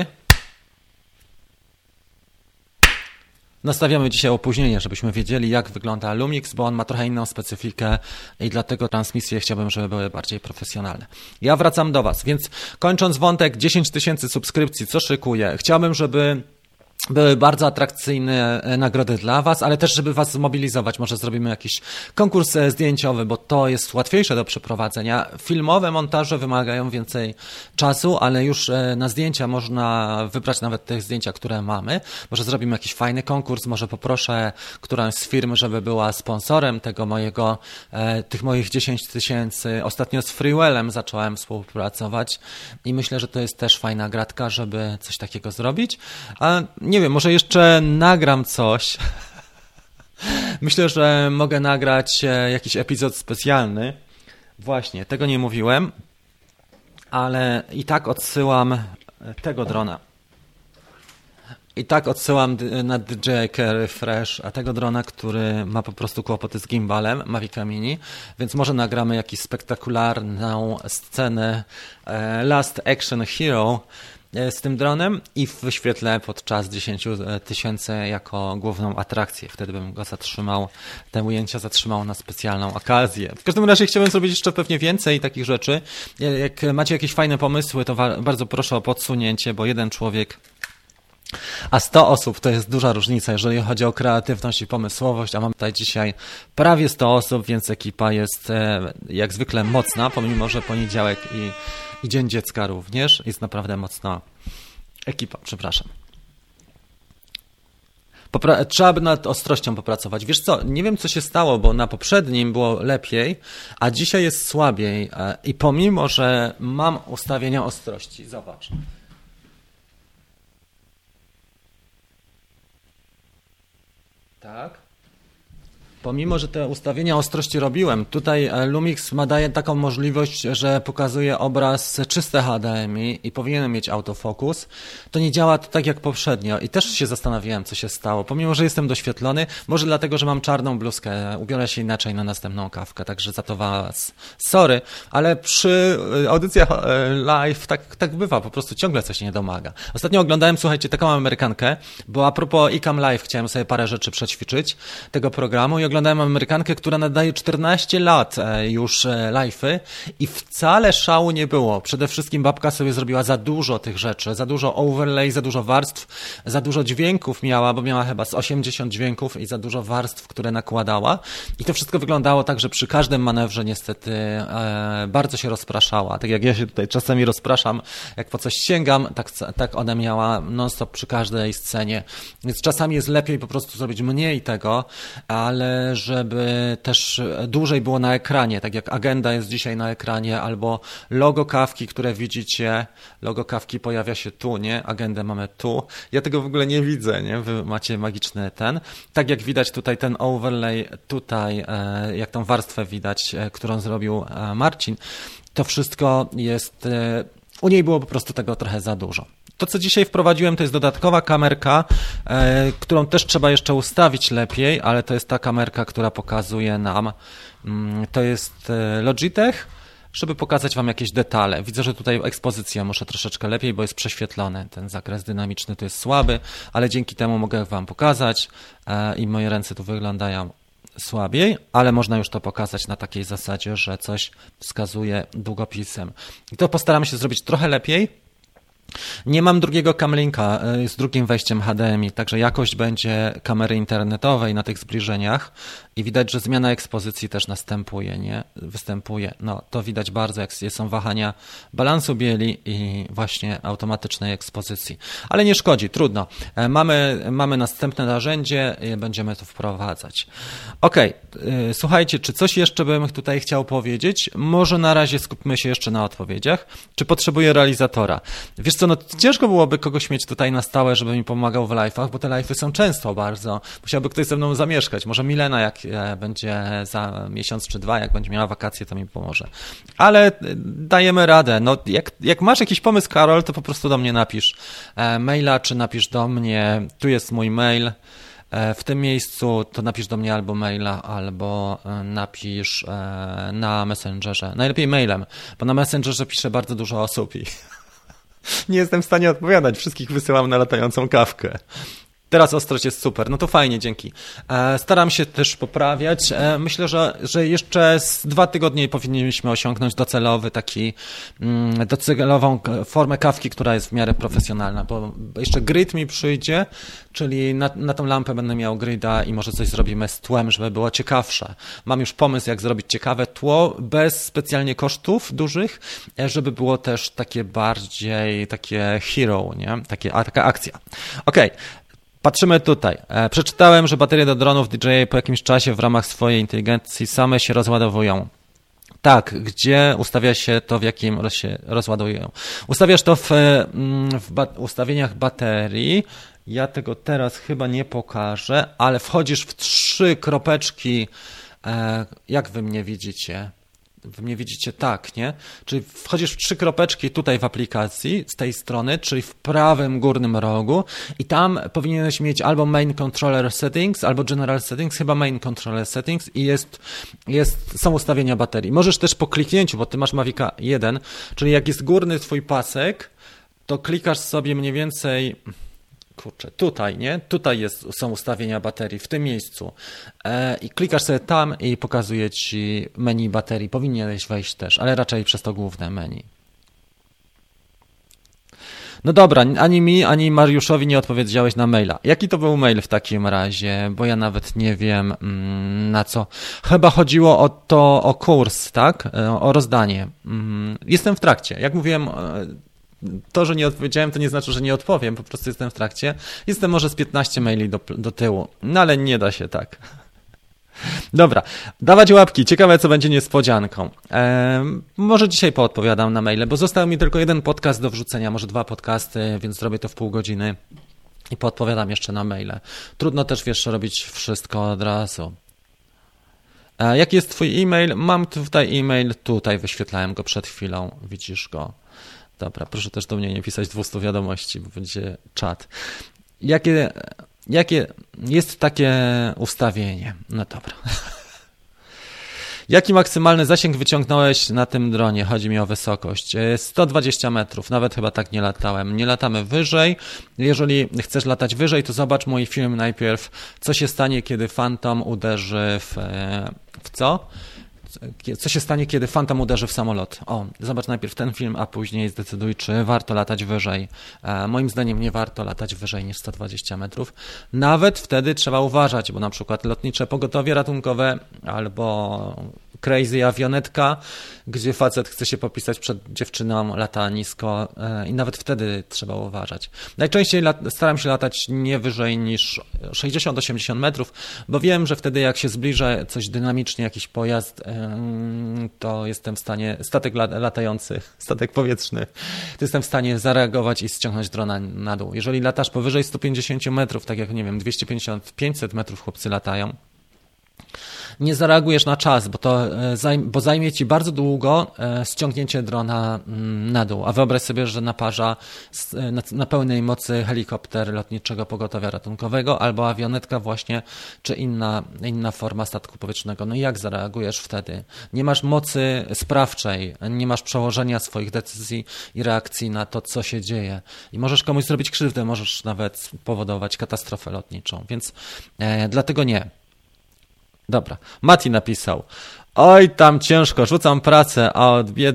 Nastawiamy dzisiaj opóźnienie, żebyśmy wiedzieli, jak wygląda Lumix, bo on ma trochę inną specyfikę i dlatego transmisje chciałbym, żeby były bardziej profesjonalne. Ja wracam do Was, więc kończąc wątek 10 000 subskrypcji, co szykuję? Chciałbym, żeby były bardzo atrakcyjne nagrody dla Was, ale też, żeby Was zmobilizować. Może zrobimy jakiś konkurs zdjęciowy, bo to jest łatwiejsze do przeprowadzenia. Filmowe montaże wymagają więcej czasu, ale już na zdjęcia można wybrać nawet te zdjęcia, które mamy. Może zrobimy jakiś fajny konkurs, może poproszę którąś z firm, żeby była sponsorem tych moich 10 000. Ostatnio z Freewellem zacząłem współpracować i myślę, że to jest też fajna gratka, żeby coś takiego zrobić. A nie wiem, może jeszcze nagram coś. Myślę, że mogę nagrać jakiś epizod specjalny. Właśnie, tego nie mówiłem, ale i tak odsyłam tego drona. I tak odsyłam na DJI Refresh, a tego drona, który ma po prostu kłopoty z gimbalem, Mavica Mini, więc może nagramy jakąś spektakularną scenę Last Action Hero z tym dronem i wyświetlę podczas 10 000 jako główną atrakcję. Wtedy bym go zatrzymał, te ujęcia zatrzymał na specjalną okazję. W każdym razie chciałbym zrobić jeszcze pewnie więcej takich rzeczy. Jak macie jakieś fajne pomysły, to bardzo proszę o podsunięcie, bo jeden człowiek a 100 osób to jest duża różnica, jeżeli chodzi o kreatywność i pomysłowość, a mam tutaj dzisiaj prawie 100 osób, więc ekipa jest jak zwykle mocna, pomimo że poniedziałek i Dzień Dziecka również jest naprawdę mocna ekipa, przepraszam. Trzeba by nad ostrością popracować. Wiesz co, nie wiem co się stało, bo na poprzednim było lepiej, a dzisiaj jest słabiej i pomimo, że mam ustawienia ostrości, zobacz. Tak. Pomimo, że te ustawienia ostrości robiłem, tutaj Lumix daje taką możliwość, że pokazuje obraz czyste HDMI i powinienem mieć autofokus. To nie działa tak jak poprzednio i też się zastanawiałem, co się stało. Pomimo, że jestem doświetlony, może dlatego, że mam czarną bluzkę, ubiorę się inaczej na następną kawkę, także za to was sorry, ale przy audycjach live tak bywa, po prostu ciągle coś nie domaga. Ostatnio oglądałem, słuchajcie, taką Amerykankę, bo a propos iCam Live chciałem sobie parę rzeczy przećwiczyć tego programu i oglądałem Amerykankę, która nadaje 14 lat już live'y i wcale szału nie było. Przede wszystkim babka sobie zrobiła za dużo tych rzeczy, za dużo overlay, za dużo warstw, za dużo dźwięków miała, bo miała chyba z 80 dźwięków i za dużo warstw, które nakładała i to wszystko wyglądało tak, że przy każdym manewrze niestety bardzo się rozpraszała. Tak jak ja się tutaj czasami rozpraszam, jak po coś sięgam, tak ona miała non-stop przy każdej scenie. Więc czasami jest lepiej po prostu zrobić mniej tego, ale żeby też dłużej było na ekranie, tak jak agenda jest dzisiaj na ekranie, albo logo kawki, które widzicie, logo kawki pojawia się tu, nie? Agendę mamy tu. Ja tego w ogóle nie widzę, nie? Wy macie magiczny ten. Tak jak widać tutaj ten overlay, tutaj jak tą warstwę widać, którą zrobił Marcin, to wszystko jest, u niej było po prostu tego trochę za dużo. To, co dzisiaj wprowadziłem, to jest dodatkowa kamerka, którą też trzeba jeszcze ustawić lepiej, ale to jest ta kamerka, która pokazuje nam, to jest Logitech, żeby pokazać wam jakieś detale. Widzę, że tutaj ekspozycję muszę troszeczkę lepiej, bo jest prześwietlony. Ten zakres dynamiczny tu jest słaby, ale dzięki temu mogę wam pokazać i moje ręce tu wyglądają słabiej, ale można już to pokazać na takiej zasadzie, że coś wskazuje długopisem. I to postaram się zrobić trochę lepiej. Nie mam drugiego camlinka z drugim wejściem HDMI, także jakość będzie kamery internetowej na tych zbliżeniach i widać, że zmiana ekspozycji też występuje. No, to widać bardzo, jak są wahania balansu bieli i właśnie automatycznej ekspozycji. Ale nie szkodzi, trudno. Mamy następne narzędzie i będziemy to wprowadzać. Okej, słuchajcie, czy coś jeszcze bym tutaj chciał powiedzieć? Może na razie skupmy się jeszcze na odpowiedziach. Czy potrzebuję realizatora? Wiesz co, no ciężko byłoby kogoś mieć tutaj na stałe, żeby mi pomagał w live'ach, bo te live'y są często bardzo. Musiałby ktoś ze mną zamieszkać. Może Milena, jak będzie za miesiąc czy dwa, jak będzie miała wakacje, to mi pomoże. Ale dajemy radę. No, jak masz jakiś pomysł, Karol, to po prostu do mnie napisz maila, czy napisz do mnie, tu jest mój mail, w tym miejscu to napisz do mnie albo maila, albo napisz na Messengerze. Najlepiej mailem, bo na Messengerze pisze bardzo dużo osób i nie jestem w stanie odpowiadać. Wszystkich wysyłam na latającą kawkę. Teraz ostrość jest super, no to fajnie, dzięki. Staram się też poprawiać. Myślę, że jeszcze z 2 tygodnie powinniśmy osiągnąć docelową formę kawki, która jest w miarę profesjonalna, bo jeszcze grid mi przyjdzie, czyli na tą lampę będę miał grida i może coś zrobimy z tłem, żeby było ciekawsze. Mam już pomysł, jak zrobić ciekawe tło bez specjalnie kosztów dużych, żeby było też takie bardziej takie hero, nie? Taka akcja. Okej. Patrzymy tutaj. Przeczytałem, że baterie do dronów DJI po jakimś czasie w ramach swojej inteligencji same się rozładowują. Tak, gdzie ustawia się to, w jakim się rozładują? Ustawiasz to w ustawieniach baterii. Ja tego teraz chyba nie pokażę, ale wchodzisz w 3 kropeczki, jak wy mnie widzicie. wy mnie widzicie tak, nie? Czyli wchodzisz w 3 kropeczki tutaj w aplikacji z tej strony, czyli w prawym górnym rogu i tam powinieneś mieć albo Main Controller Settings, albo General Settings, chyba Main Controller Settings i są ustawienia baterii. Możesz też po kliknięciu, bo ty masz Mavica 1, czyli jak jest górny twój pasek, to klikasz sobie mniej więcej... Kurczę, tutaj, nie? Tutaj są ustawienia baterii, w tym miejscu. I klikasz sobie tam i pokazuje ci menu baterii. Powinieneś wejść też, ale raczej przez to główne menu. No dobra, ani mi, ani Mariuszowi nie odpowiedziałeś na maila. Jaki to był mail w takim razie? Bo ja nawet nie wiem na co. Chyba chodziło o kurs, tak? O rozdanie. Jestem w trakcie. Jak mówiłem... To, że nie odpowiedziałem, to nie znaczy, że nie odpowiem, po prostu jestem w trakcie. Jestem może z 15 maili do tyłu, no ale nie da się tak. Dobra, dawać łapki, ciekawe co będzie niespodzianką. Może dzisiaj poodpowiadam na maile, bo został mi tylko 1 podcast do wrzucenia, może 2 podcasty, więc zrobię to w pół godziny i poodpowiadam jeszcze na maile. Trudno też, wiesz, robić wszystko od razu. Jaki jest twój e-mail? Mam tutaj e-mail, tutaj wyświetlałem go przed chwilą, widzisz go. Dobra, proszę też do mnie nie pisać 200 wiadomości, bo będzie czat. Jakie jest takie ustawienie? No dobra. Jaki maksymalny zasięg wyciągnąłeś na tym dronie? Chodzi mi o wysokość. 120 metrów, nawet chyba tak nie latałem. Nie latamy wyżej. Jeżeli chcesz latać wyżej, to zobacz mój film najpierw, co się stanie, kiedy Phantom uderzy w co? Co się stanie, kiedy Phantom uderzy w samolot? Zobacz najpierw ten film, a później zdecyduj, czy warto latać wyżej. Moim zdaniem nie warto latać wyżej niż 120 metrów. Nawet wtedy trzeba uważać, bo na przykład lotnicze pogotowie ratunkowe albo crazy awionetka, gdzie facet chce się popisać przed dziewczyną, lata nisko i nawet wtedy trzeba uważać. Najczęściej staram się latać nie wyżej niż 60-80 metrów, bo wiem, że wtedy jak się zbliża coś dynamicznie, jakiś pojazd, to jestem w stanie, statek latający, statek powietrzny, to jestem w stanie zareagować i ściągnąć drona na dół. Jeżeli latasz powyżej 150 metrów, tak jak, nie wiem, 250-500 metrów chłopcy latają, nie zareagujesz na czas, bo zajmie ci bardzo długo ściągnięcie drona na dół. A wyobraź sobie, że naparza na pełnej mocy helikopter lotniczego pogotowia ratunkowego albo awionetka właśnie, czy inna forma statku powietrznego. No i jak zareagujesz wtedy? Nie masz mocy sprawczej, nie masz przełożenia swoich decyzji i reakcji na to, co się dzieje. I możesz komuś zrobić krzywdę, możesz nawet spowodować katastrofę lotniczą. Więc dlatego nie. Dobra, Mati napisał: oj, tam ciężko, rzucam pracę, a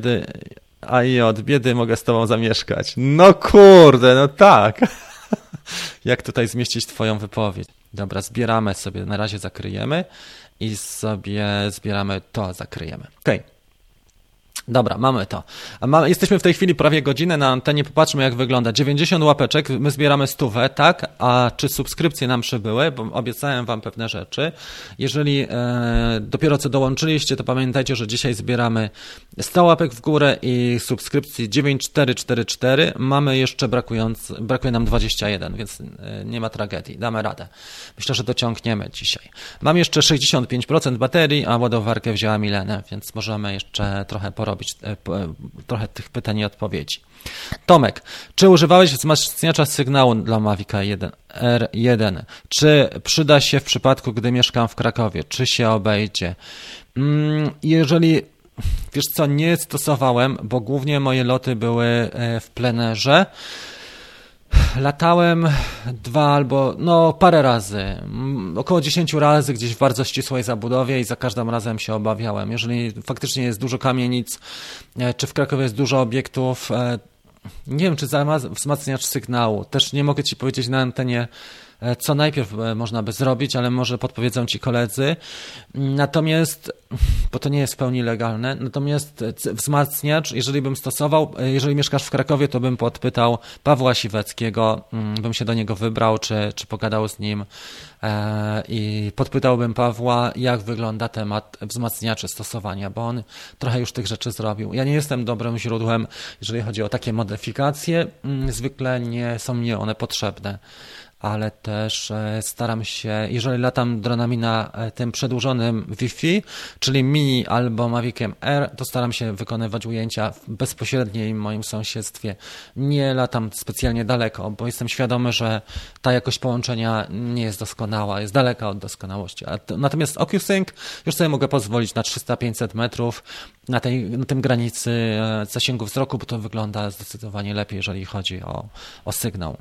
od biedy mogę z tobą zamieszkać. No kurde, no tak. Jak tutaj zmieścić twoją wypowiedź? Dobra, zbieramy sobie, na razie zakryjemy i sobie zbieramy to, zakryjemy. Okej. Dobra, mamy to. Jesteśmy w tej chwili prawie godzinę na antenie, popatrzmy jak wygląda. 90 łapeczek, my zbieramy 100, tak? A czy subskrypcje nam przybyły? Bo obiecałem wam pewne rzeczy. Jeżeli dopiero co dołączyliście, to pamiętajcie, że dzisiaj zbieramy 100 łapek w górę i subskrypcji 9444. Mamy jeszcze brakuje nam 21, więc nie ma tragedii, damy radę. Myślę, że dociągniemy dzisiaj. Mam jeszcze 65% baterii, a ładowarkę wzięła Milenę, więc możemy jeszcze trochę porobić trochę tych pytań i odpowiedzi. Tomek, czy używałeś wzmacniacza sygnału dla Mavica R1? Czy przyda się w przypadku, gdy mieszkam w Krakowie? Czy się obejdzie? Jeżeli, wiesz co, nie stosowałem, bo głównie moje loty były w plenerze. Latałem parę razy, około 10 razy gdzieś w bardzo ścisłej zabudowie i za każdym razem się obawiałem. Jeżeli faktycznie jest dużo kamienic, czy w Krakowie jest dużo obiektów, nie wiem, czy wzmacniacz sygnału. Też nie mogę ci powiedzieć na antenie, co najpierw można by zrobić, ale może podpowiedzą ci koledzy. Natomiast, bo to nie jest w pełni legalne, natomiast wzmacniacz, jeżeli bym stosował, jeżeli mieszkasz w Krakowie, to bym podpytał Pawła Siweckiego, bym się do niego wybrał, czy pogadał z nim i podpytałbym Pawła, jak wygląda temat wzmacniaczy stosowania, bo on trochę już tych rzeczy zrobił. Ja nie jestem dobrym źródłem, jeżeli chodzi o takie modyfikacje, zwykle nie są mi one potrzebne. ale też staram się, jeżeli latam dronami na tym przedłużonym Wi-Fi, czyli Mini albo Maviciem Air, to staram się wykonywać ujęcia w bezpośrednim moim sąsiedztwie. Nie latam specjalnie daleko, bo jestem świadomy, że ta jakość połączenia nie jest doskonała, jest daleka od doskonałości. Natomiast OcuSync już sobie mogę pozwolić na 300-500 metrów na tym granicy zasięgu wzroku, bo to wygląda zdecydowanie lepiej, jeżeli chodzi o sygnał.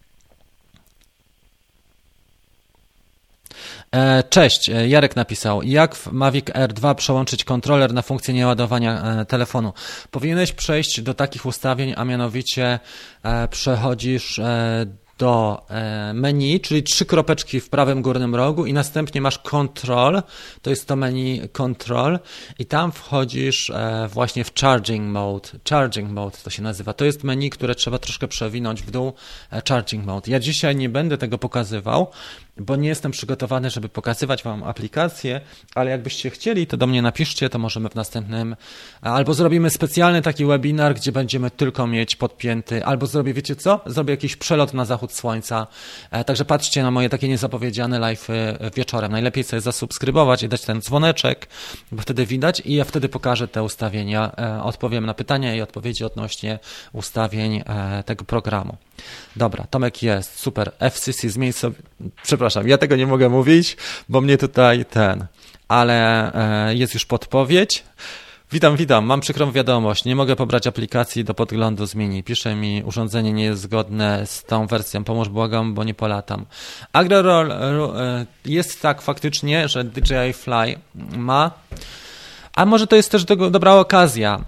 Cześć, Jarek napisał, jak w Mavic Air 2 przełączyć kontroler na funkcję nieładowania telefonu? Powinieneś przejść do takich ustawień, a mianowicie przechodzisz do menu, czyli 3 kropeczki w prawym górnym rogu i następnie masz Control, to jest to menu Control i tam wchodzisz właśnie w Charging Mode to się nazywa. To jest menu, które trzeba troszkę przewinąć w dół, Charging Mode. Ja dzisiaj nie będę tego pokazywał, bo nie jestem przygotowany, żeby pokazywać Wam aplikację, ale jakbyście chcieli, to do mnie napiszcie, to możemy w następnym, albo zrobimy specjalny taki webinar, gdzie będziemy tylko mieć podpięty, albo zrobię, wiecie co? Zrobię jakiś przelot na zachód słońca, także patrzcie na moje takie niezapowiedziane live'y wieczorem. Najlepiej sobie zasubskrybować i dać ten dzwoneczek, bo wtedy widać i ja wtedy pokażę te ustawienia, odpowiem na pytania i odpowiedzi odnośnie ustawień tego programu. Dobra, Tomek jest, super, FCC zmień sobie, przepraszam, ja tego nie mogę mówić, bo mnie tutaj ale jest już podpowiedź. Witam, mam przykrą wiadomość, nie mogę pobrać aplikacji do podglądu z Mini. Pisze mi, urządzenie nie jest zgodne z tą wersją, pomóż błagam, bo nie polatam. AgroRoll jest tak faktycznie, że DJI Fly ma, a może to jest też dobra okazja.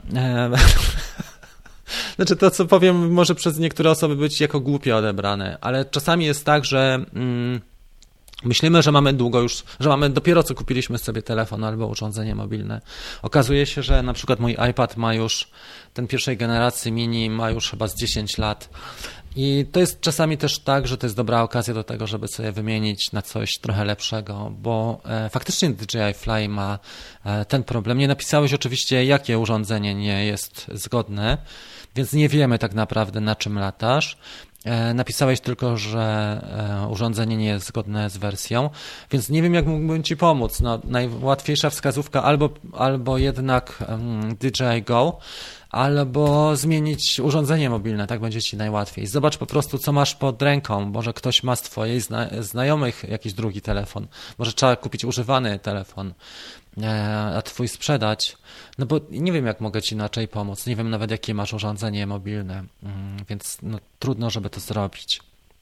Znaczy to, co powiem, może przez niektóre osoby być jako głupie odebrane, ale czasami jest tak, że myślimy, że mamy dopiero co kupiliśmy sobie telefon albo urządzenie mobilne. Okazuje się, że na przykład mój iPad ma już, ten pierwszej generacji mini ma już chyba z 10 lat i to jest czasami też tak, że to jest dobra okazja do tego, żeby sobie wymienić na coś trochę lepszego, bo faktycznie DJI Fly ma ten problem. Nie napisałeś oczywiście, jakie urządzenie nie jest zgodne, więc nie wiemy tak naprawdę, na czym latasz. Napisałeś tylko, że urządzenie nie jest zgodne z wersją, więc nie wiem, jak mógłbym Ci pomóc. No, najłatwiejsza wskazówka albo jednak DJI Go, albo zmienić urządzenie mobilne, tak będzie Ci najłatwiej. Zobacz po prostu, co masz pod ręką. Może ktoś ma z Twojej znajomych jakiś drugi telefon. Może trzeba kupić używany telefon, a Twój sprzedać. No bo nie wiem, jak mogę Ci inaczej pomóc. Nie wiem nawet, jakie masz urządzenie mobilne, więc no, trudno, żeby to zrobić.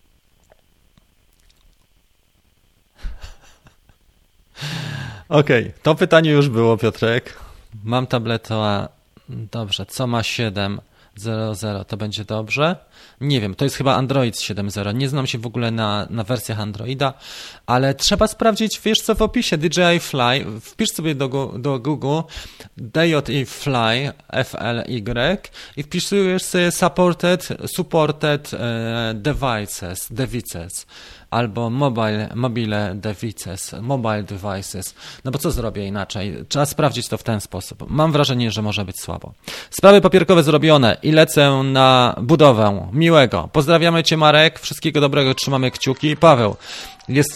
Okej, to pytanie już było, Piotrek. Mam tableta. Dobrze, co ma 7.0.0, to będzie dobrze? Nie wiem, to jest chyba Android 7.0, nie znam się w ogóle na wersjach Androida, ale trzeba sprawdzić, wiesz co, w opisie DJI Fly, wpisz sobie do Google DJI Fly, FLY i wpisujesz sobie supported devices, albo mobile devices. No bo co zrobię inaczej? Trzeba sprawdzić to w ten sposób. Mam wrażenie, że może być słabo. Sprawy papierkowe zrobione i lecę na budowę. Miłego. Pozdrawiamy Cię, Marek. Wszystkiego dobrego. Trzymamy kciuki. Paweł jest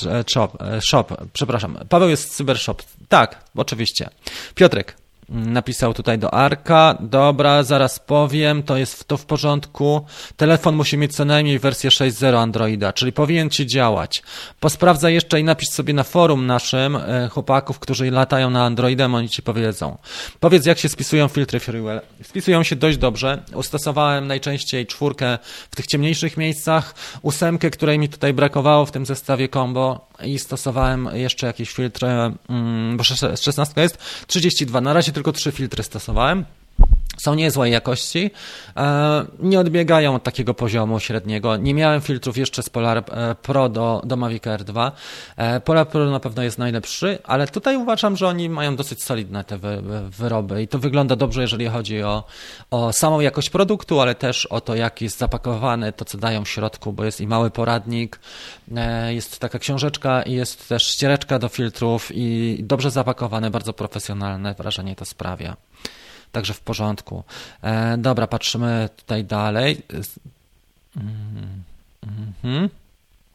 Paweł jest cybershop. Tak, oczywiście. Piotrek napisał tutaj do Arka. Dobra, zaraz powiem, to jest w porządku. Telefon musi mieć co najmniej wersję 6.0 Androida, czyli powinien Ci działać. Posprawdzaj jeszcze i napisz sobie na forum naszym chłopaków, którzy latają na Androidem, oni Ci powiedzą. Powiedz, jak się spisują filtry FreeWheel. Spisują się dość dobrze. Ustosowałem najczęściej 4 w tych ciemniejszych miejscach, 8, której mi tutaj brakowało w tym zestawie combo i stosowałem jeszcze jakieś filtry, bo 16 jest, 32. Na razie tylko 3 filtry stosowałem. Są niezłej jakości, nie odbiegają od takiego poziomu średniego. Nie miałem filtrów jeszcze z Polar Pro do Mavic Air 2. Polar Pro na pewno jest najlepszy, ale tutaj uważam, że oni mają dosyć solidne te wyroby i to wygląda dobrze, jeżeli chodzi o samą jakość produktu, ale też o to, jak jest zapakowany, to co dają w środku, bo jest i mały poradnik, jest taka książeczka i jest też ściereczka do filtrów i dobrze zapakowane, bardzo profesjonalne wrażenie to sprawia. Także w porządku. Dobra, patrzymy tutaj dalej.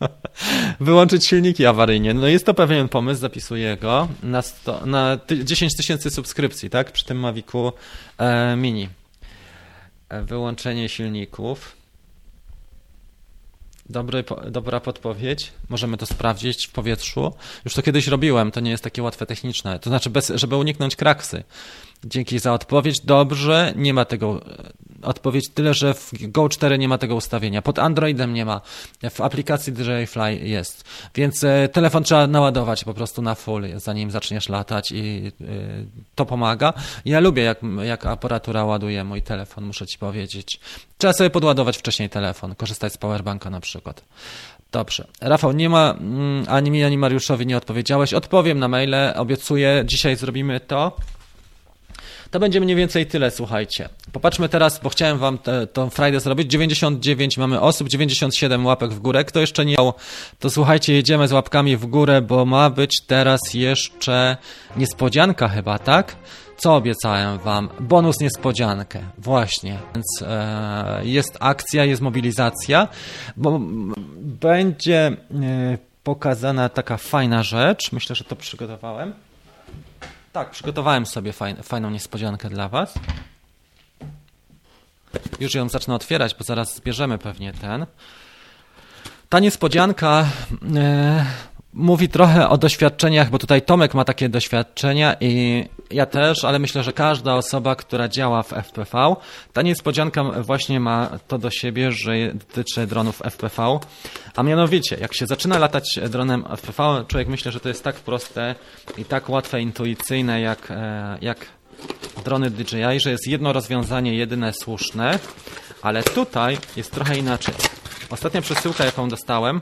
Wyłączyć silniki awaryjnie. No jest to pewien pomysł, zapisuję go na 10 000 subskrypcji, tak? Przy tym Mavicu Mini. Wyłączenie silników. Dobra podpowiedź. Możemy to sprawdzić w powietrzu. Już to kiedyś robiłem, to nie jest takie łatwe techniczne. To znaczy, żeby uniknąć kraksy. Dzięki za odpowiedź. Dobrze, nie ma tego. Odpowiedź tyle, że w Go 4 nie ma tego ustawienia. Pod Androidem nie ma. W aplikacji DJI Fly jest. Więc telefon trzeba naładować po prostu na full, zanim zaczniesz latać i to pomaga. Ja lubię, jak aparatura ładuje mój telefon, muszę ci powiedzieć. Trzeba sobie podładować wcześniej telefon, korzystać z powerbanka na przykład. Dobrze. Rafał, nie ma ani mi, ani Mariuszowi nie odpowiedziałeś. Odpowiem na maile, obiecuję. Dzisiaj zrobimy to. To będzie mniej więcej tyle, słuchajcie. Popatrzmy teraz, bo chciałem wam tą frajdę zrobić. 99 mamy osób, 97 łapek w górę. Kto jeszcze nie miał, to słuchajcie, jedziemy z łapkami w górę, bo ma być teraz jeszcze niespodzianka chyba, tak? Co obiecałem wam? Bonus niespodziankę. Właśnie. Więc jest akcja, jest mobilizacja, bo będzie pokazana taka fajna rzecz. Myślę, że to przygotowałem. Tak, przygotowałem sobie fajną niespodziankę dla was. Już ją zacznę otwierać, bo zaraz zbierzemy pewnie ten. Ta niespodzianka mówi trochę o doświadczeniach, bo tutaj Tomek ma takie doświadczenia i ja też, ale myślę, że każda osoba, która działa w FPV, ta niespodzianka właśnie ma to do siebie, że dotyczy dronów FPV, a mianowicie, jak się zaczyna latać dronem FPV, człowiek myśli, że to jest tak proste i tak łatwe, intuicyjne jak drony DJI, że jest jedno rozwiązanie, jedyne słuszne, ale tutaj jest trochę inaczej. Ostatnia przesyłka, jaką dostałem.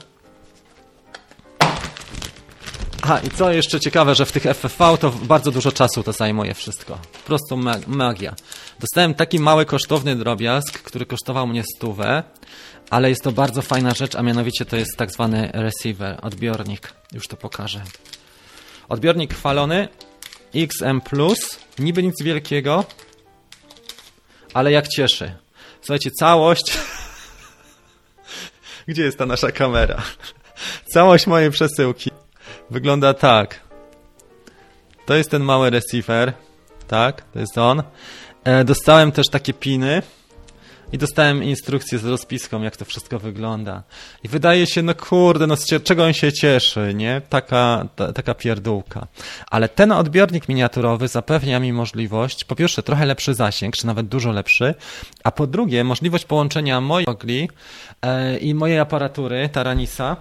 I co jeszcze ciekawe, że w tych FPV to bardzo dużo czasu to zajmuje wszystko. Po prostu magia. Dostałem taki mały, kosztowny drobiazg, który kosztował mnie 100, ale jest to bardzo fajna rzecz, a mianowicie to jest tak zwany receiver, odbiornik. Już to pokażę. Odbiornik chwalony XM+, niby nic wielkiego, ale jak cieszy. Słuchajcie, całość... Gdzie jest ta nasza kamera? Całość mojej przesyłki wygląda tak. To jest ten mały receiver. Tak, to jest on. Dostałem też takie piny i dostałem instrukcję z rozpiską, jak to wszystko wygląda. I wydaje się, no kurde, no z czego on się cieszy, nie? Taka pierdółka. Ale ten odbiornik miniaturowy zapewnia mi możliwość, po pierwsze trochę lepszy zasięg, czy nawet dużo lepszy, a po drugie możliwość połączenia mojej gogli i mojej aparatury Taranisa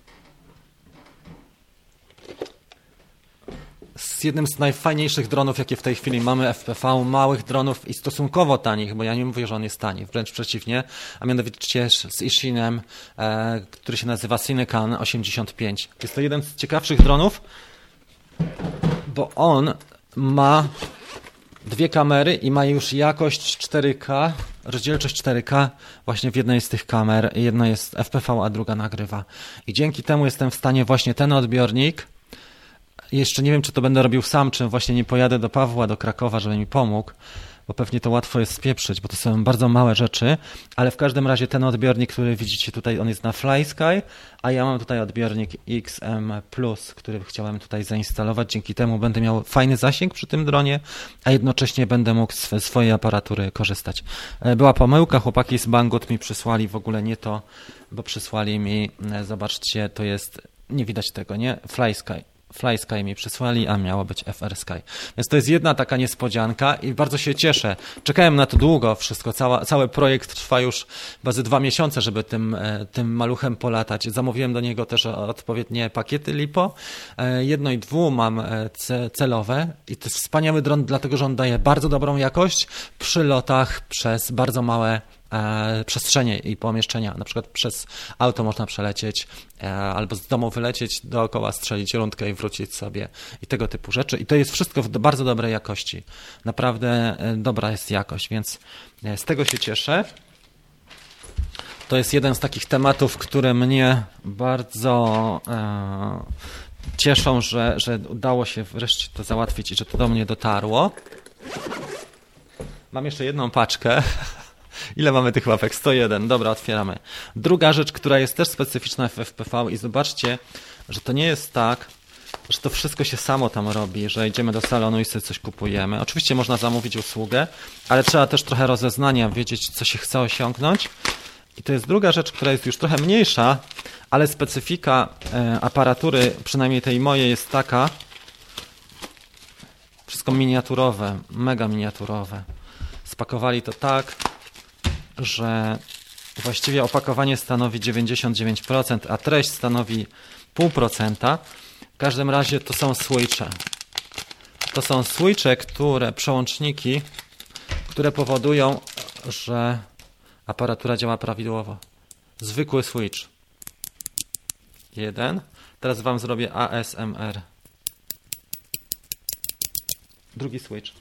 z jednym z najfajniejszych dronów, jakie w tej chwili mamy FPV, małych dronów i stosunkowo tanich, bo ja nie mówię, że on jest tani, wręcz przeciwnie, a mianowicie z Ishinem, który się nazywa Cinecan 85. Jest to jeden z ciekawszych dronów, bo on ma dwie kamery i ma już jakość 4K, rozdzielczość 4K właśnie w jednej z tych kamer. Jedna jest FPV, a druga nagrywa. I dzięki temu jestem w stanie właśnie ten odbiornik. Jeszcze nie wiem, czy to będę robił sam, czy właśnie nie pojadę do Pawła, do Krakowa, żeby mi pomógł, bo pewnie to łatwo jest spieprzyć, bo to są bardzo małe rzeczy, ale w każdym razie ten odbiornik, który widzicie tutaj, on jest na FlySky, a ja mam tutaj odbiornik XM+, który chciałem tutaj zainstalować. Dzięki temu będę miał fajny zasięg przy tym dronie, a jednocześnie będę mógł z swojej aparatury korzystać. Była pomyłka, chłopaki z Banggood mi przysłali w ogóle nie to, bo przysłali mi, zobaczcie, to jest, nie widać tego, nie? FlySky mi przysłali, a miało być FR Sky. Więc to jest jedna taka niespodzianka i bardzo się cieszę. Czekałem na to długo, wszystko, cały projekt trwa już chyba 2 miesiące, żeby tym maluchem polatać. Zamówiłem do niego też odpowiednie pakiety LiPo. 1 i 2 mam celowe i to jest wspaniały dron, dlatego że on daje bardzo dobrą jakość przy lotach przez bardzo małe przestrzenie i pomieszczenia. Na przykład przez auto można przelecieć albo z domu wylecieć, dookoła strzelić rundkę i wrócić sobie i tego typu rzeczy. I to jest wszystko w bardzo dobrej jakości. Naprawdę dobra jest jakość, więc z tego się cieszę. To jest jeden z takich tematów, które mnie bardzo cieszą, że udało się wreszcie to załatwić i że to do mnie dotarło. Mam jeszcze jedną paczkę. Ile mamy tych łapek? 101. Dobra, otwieramy. Druga rzecz, która jest też specyficzna w FPV i zobaczcie, że to nie jest tak, że to wszystko się samo tam robi, że idziemy do salonu i sobie coś kupujemy. Oczywiście można zamówić usługę, ale trzeba też trochę rozeznania, wiedzieć, co się chce osiągnąć. I to jest druga rzecz, która jest już trochę mniejsza, ale specyfika aparatury, przynajmniej tej mojej, jest taka, wszystko miniaturowe, mega miniaturowe. Spakowali to tak, że właściwie opakowanie stanowi 99%, a treść stanowi 0,5%. W każdym razie to są switche. To są switche, przełączniki, które powodują, że aparatura działa prawidłowo. Zwykły switch. 1. Teraz wam zrobię ASMR. Drugi switch.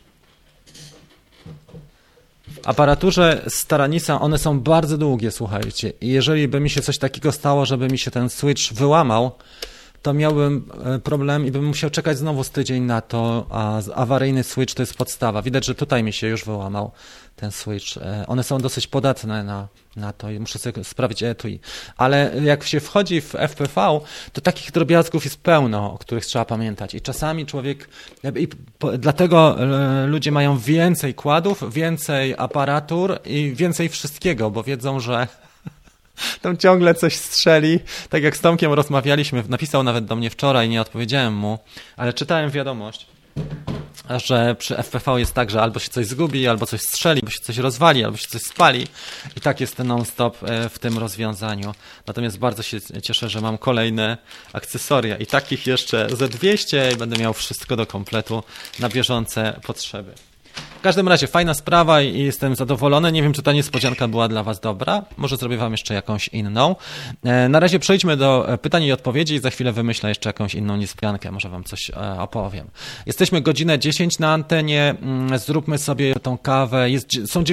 W aparaturze Staranisa one są bardzo długie, słuchajcie. I jeżeli by mi się coś takiego stało, żeby mi się ten switch wyłamał, to miałbym problem i bym musiał czekać znowu z tydzień na to, a awaryjny switch to jest podstawa. Widać, że tutaj mi się już wyłamał ten switch. One są dosyć podatne na to i muszę sobie sprawdzić etui. Ale jak się wchodzi w FPV, to takich drobiazgów jest pełno, o których trzeba pamiętać. I czasami człowiek, dlatego ludzie mają więcej kładów, więcej aparatur i więcej wszystkiego, bo wiedzą, że tam ciągle coś strzeli. Tak jak z Tomkiem rozmawialiśmy, napisał nawet do mnie wczoraj, nie odpowiedziałem mu, ale czytałem wiadomość, że przy FPV jest tak, że albo się coś zgubi, albo coś strzeli, albo się coś rozwali, albo się coś spali. I tak jest non-stop w tym rozwiązaniu. Natomiast bardzo się cieszę, że mam kolejne akcesoria i takich jeszcze ze 200 i będę miał wszystko do kompletu na bieżące potrzeby. W każdym razie fajna sprawa i jestem zadowolony. Nie wiem, czy ta niespodzianka była dla was dobra. Może zrobię wam jeszcze jakąś inną. Na razie przejdźmy do pytań i odpowiedzi i za chwilę wymyślę jeszcze jakąś inną niespodziankę. Może wam coś opowiem. Jesteśmy godzinę 10 na antenie. Zróbmy sobie tą kawę. Jest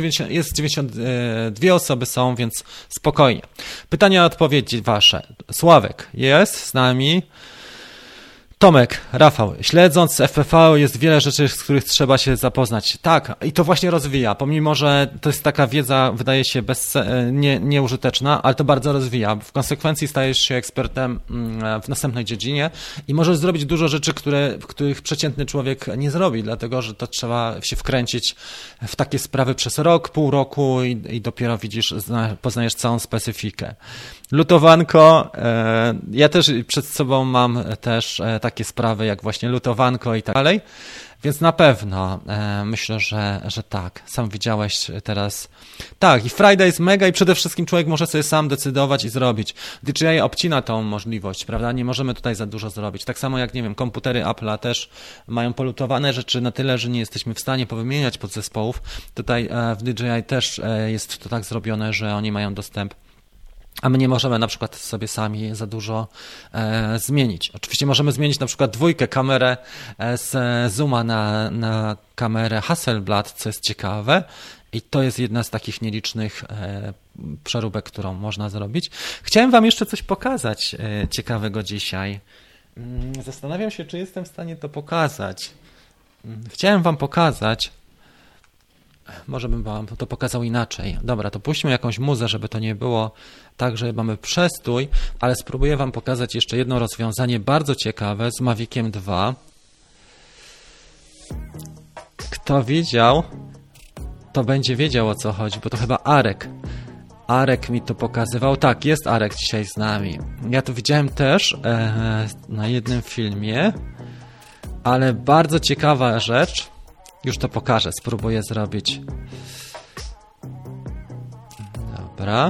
92 osoby są, więc spokojnie. Pytania i odpowiedzi wasze. Sławek jest z nami. Tomek, Rafał, śledząc FPV jest wiele rzeczy, z których trzeba się zapoznać. Tak, i to właśnie rozwija, pomimo że to jest taka wiedza, wydaje się nieużyteczna, ale to bardzo rozwija. W konsekwencji stajesz się ekspertem w następnej dziedzinie i możesz zrobić dużo rzeczy, których przeciętny człowiek nie zrobi, dlatego że to trzeba się wkręcić w takie sprawy przez rok, pół roku i dopiero poznajesz całą specyfikę. Lutowanko, ja też przed sobą mam też takie sprawy jak właśnie lutowanko i tak dalej, więc na pewno myślę, że tak, sam widziałeś teraz. Tak, i Friday jest mega i przede wszystkim człowiek może sobie sam decydować i zrobić. DJI obcina tą możliwość, prawda, nie możemy tutaj za dużo zrobić. Tak samo jak, nie wiem, komputery Apple'a też mają polutowane rzeczy na tyle, że nie jesteśmy w stanie powymieniać podzespołów. Tutaj w DJI też jest to tak zrobione, że oni mają dostęp, a my nie możemy na przykład sobie sami za dużo zmienić. Oczywiście możemy zmienić na przykład kamerę z zooma na kamerę Hasselblad, co jest ciekawe i to jest jedna z takich nielicznych przeróbek, którą można zrobić. Chciałem wam jeszcze coś pokazać ciekawego dzisiaj. Zastanawiam się, czy jestem w stanie to pokazać. Chciałem wam pokazać. Może bym wam to pokazał inaczej. Dobra, to puśćmy jakąś muzę, żeby to nie było tak, że mamy przestój, ale spróbuję wam pokazać jeszcze jedno rozwiązanie bardzo ciekawe z Maviciem 2. Kto widział, to będzie wiedział, o co chodzi, bo to chyba Arek. Arek mi to pokazywał. Tak, jest Arek dzisiaj z nami. Ja to widziałem też na jednym filmie, ale bardzo ciekawa rzecz. Już to pokażę, spróbuję zrobić. Dobra.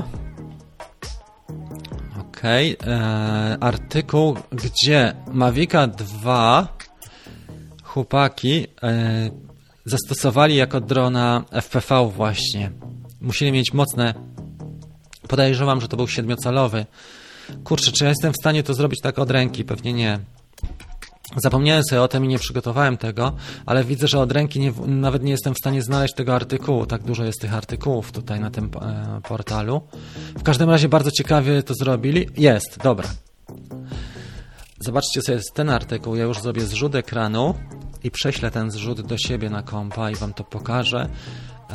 Okej. Artykuł, gdzie Mavica 2 chłopaki zastosowali jako drona FPV właśnie. Musieli mieć mocne... Podejrzewam, że to był 7-calowy. Kurczę, czy ja jestem w stanie to zrobić tak od ręki? Pewnie nie. Zapomniałem sobie o tym i nie przygotowałem tego, ale widzę, że od ręki nawet nie jestem w stanie znaleźć tego artykułu. Tak dużo jest tych artykułów tutaj na tym portalu. W każdym razie bardzo ciekawie to zrobili. Jest, dobra. Zobaczcie sobie ten artykuł. Ja już zrobię zrzut ekranu i prześlę ten zrzut do siebie na kompa i wam to pokażę.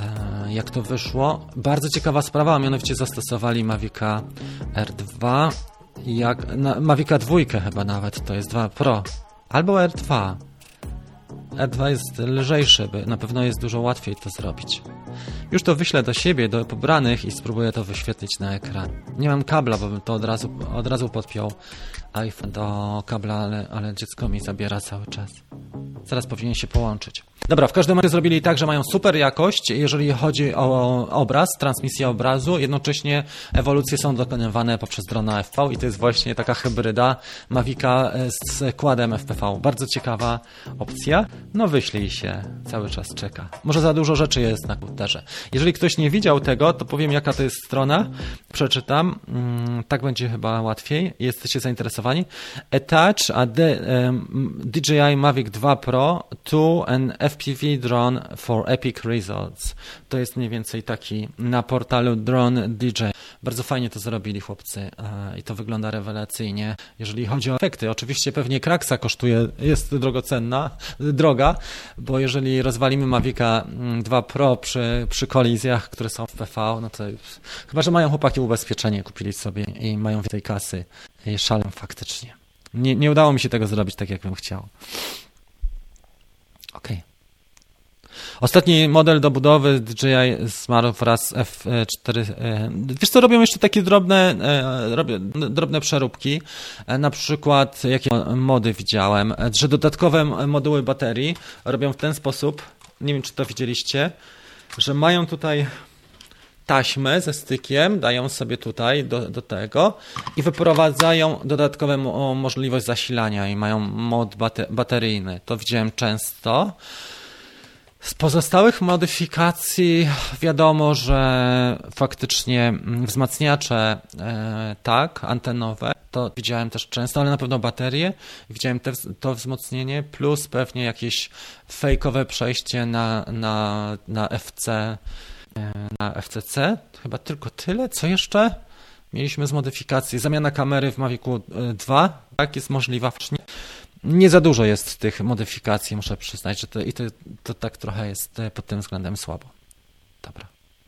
jak to wyszło. Bardzo ciekawa sprawa, a mianowicie zastosowali Mavica R2, Mavica 2 chyba nawet, to jest 2 Pro, albo R2. R2 jest lżejszy, na pewno jest dużo łatwiej to zrobić. Już to wyślę do siebie, do pobranych i spróbuję to wyświetlić na ekran. Nie mam kabla, bo bym to od razu podpiął iPhone do kabla, ale dziecko mi zabiera cały czas. Zaraz powinien się połączyć. Dobra, w każdym razie zrobili tak, że mają super jakość, jeżeli chodzi o obraz, transmisję obrazu. Jednocześnie ewolucje są dokonywane poprzez drona FPV i to jest właśnie taka hybryda Mavica z kładem FPV. Bardzo ciekawa opcja. No wyślij się, cały czas czeka. Może za dużo rzeczy jest na komputerze. Jeżeli ktoś nie widział tego, to powiem, jaka to jest strona. Przeczytam. Tak będzie chyba łatwiej. Jesteście zainteresowani. Attach a DJI Mavic 2 Pro to an FPV drone for epic results. To jest mniej więcej taki na portalu Drone DJ. Bardzo fajnie to zrobili chłopcy i to wygląda rewelacyjnie. Jeżeli chodzi o efekty, oczywiście pewnie kraksa kosztuje, jest droga, bo jeżeli rozwalimy Mavica 2 Pro przy kolizjach, które są w PV, no to chyba, że mają chłopaki ubezpieczenie, kupili sobie i mają więcej kasy. I szalę faktycznie. Nie udało mi się tego zrobić tak, jak bym chciał. Okej. Ostatni model do budowy DJI zmarł wraz z F4. Wiesz co, robią jeszcze takie drobne przeróbki. Na przykład, jakie mody widziałem, że dodatkowe moduły baterii robią w ten sposób, nie wiem, czy to widzieliście, że mają tutaj taśmę ze stykiem, dają sobie tutaj do tego i wyprowadzają dodatkową możliwość zasilania i mają mod bateryjny. To widziałem często. Z pozostałych modyfikacji wiadomo, że faktycznie wzmacniacze tak, antenowe, to widziałem też często, ale na pewno baterie. Widziałem to wzmocnienie, plus pewnie jakieś fejkowe przejście na FCC. Chyba tylko tyle. Co jeszcze? Mieliśmy z modyfikacji. Zamiana kamery w Mavicu 2, tak, jest możliwa. Nie za dużo jest tych modyfikacji, muszę przyznać, że to tak trochę jest pod tym względem słabo. Dobra.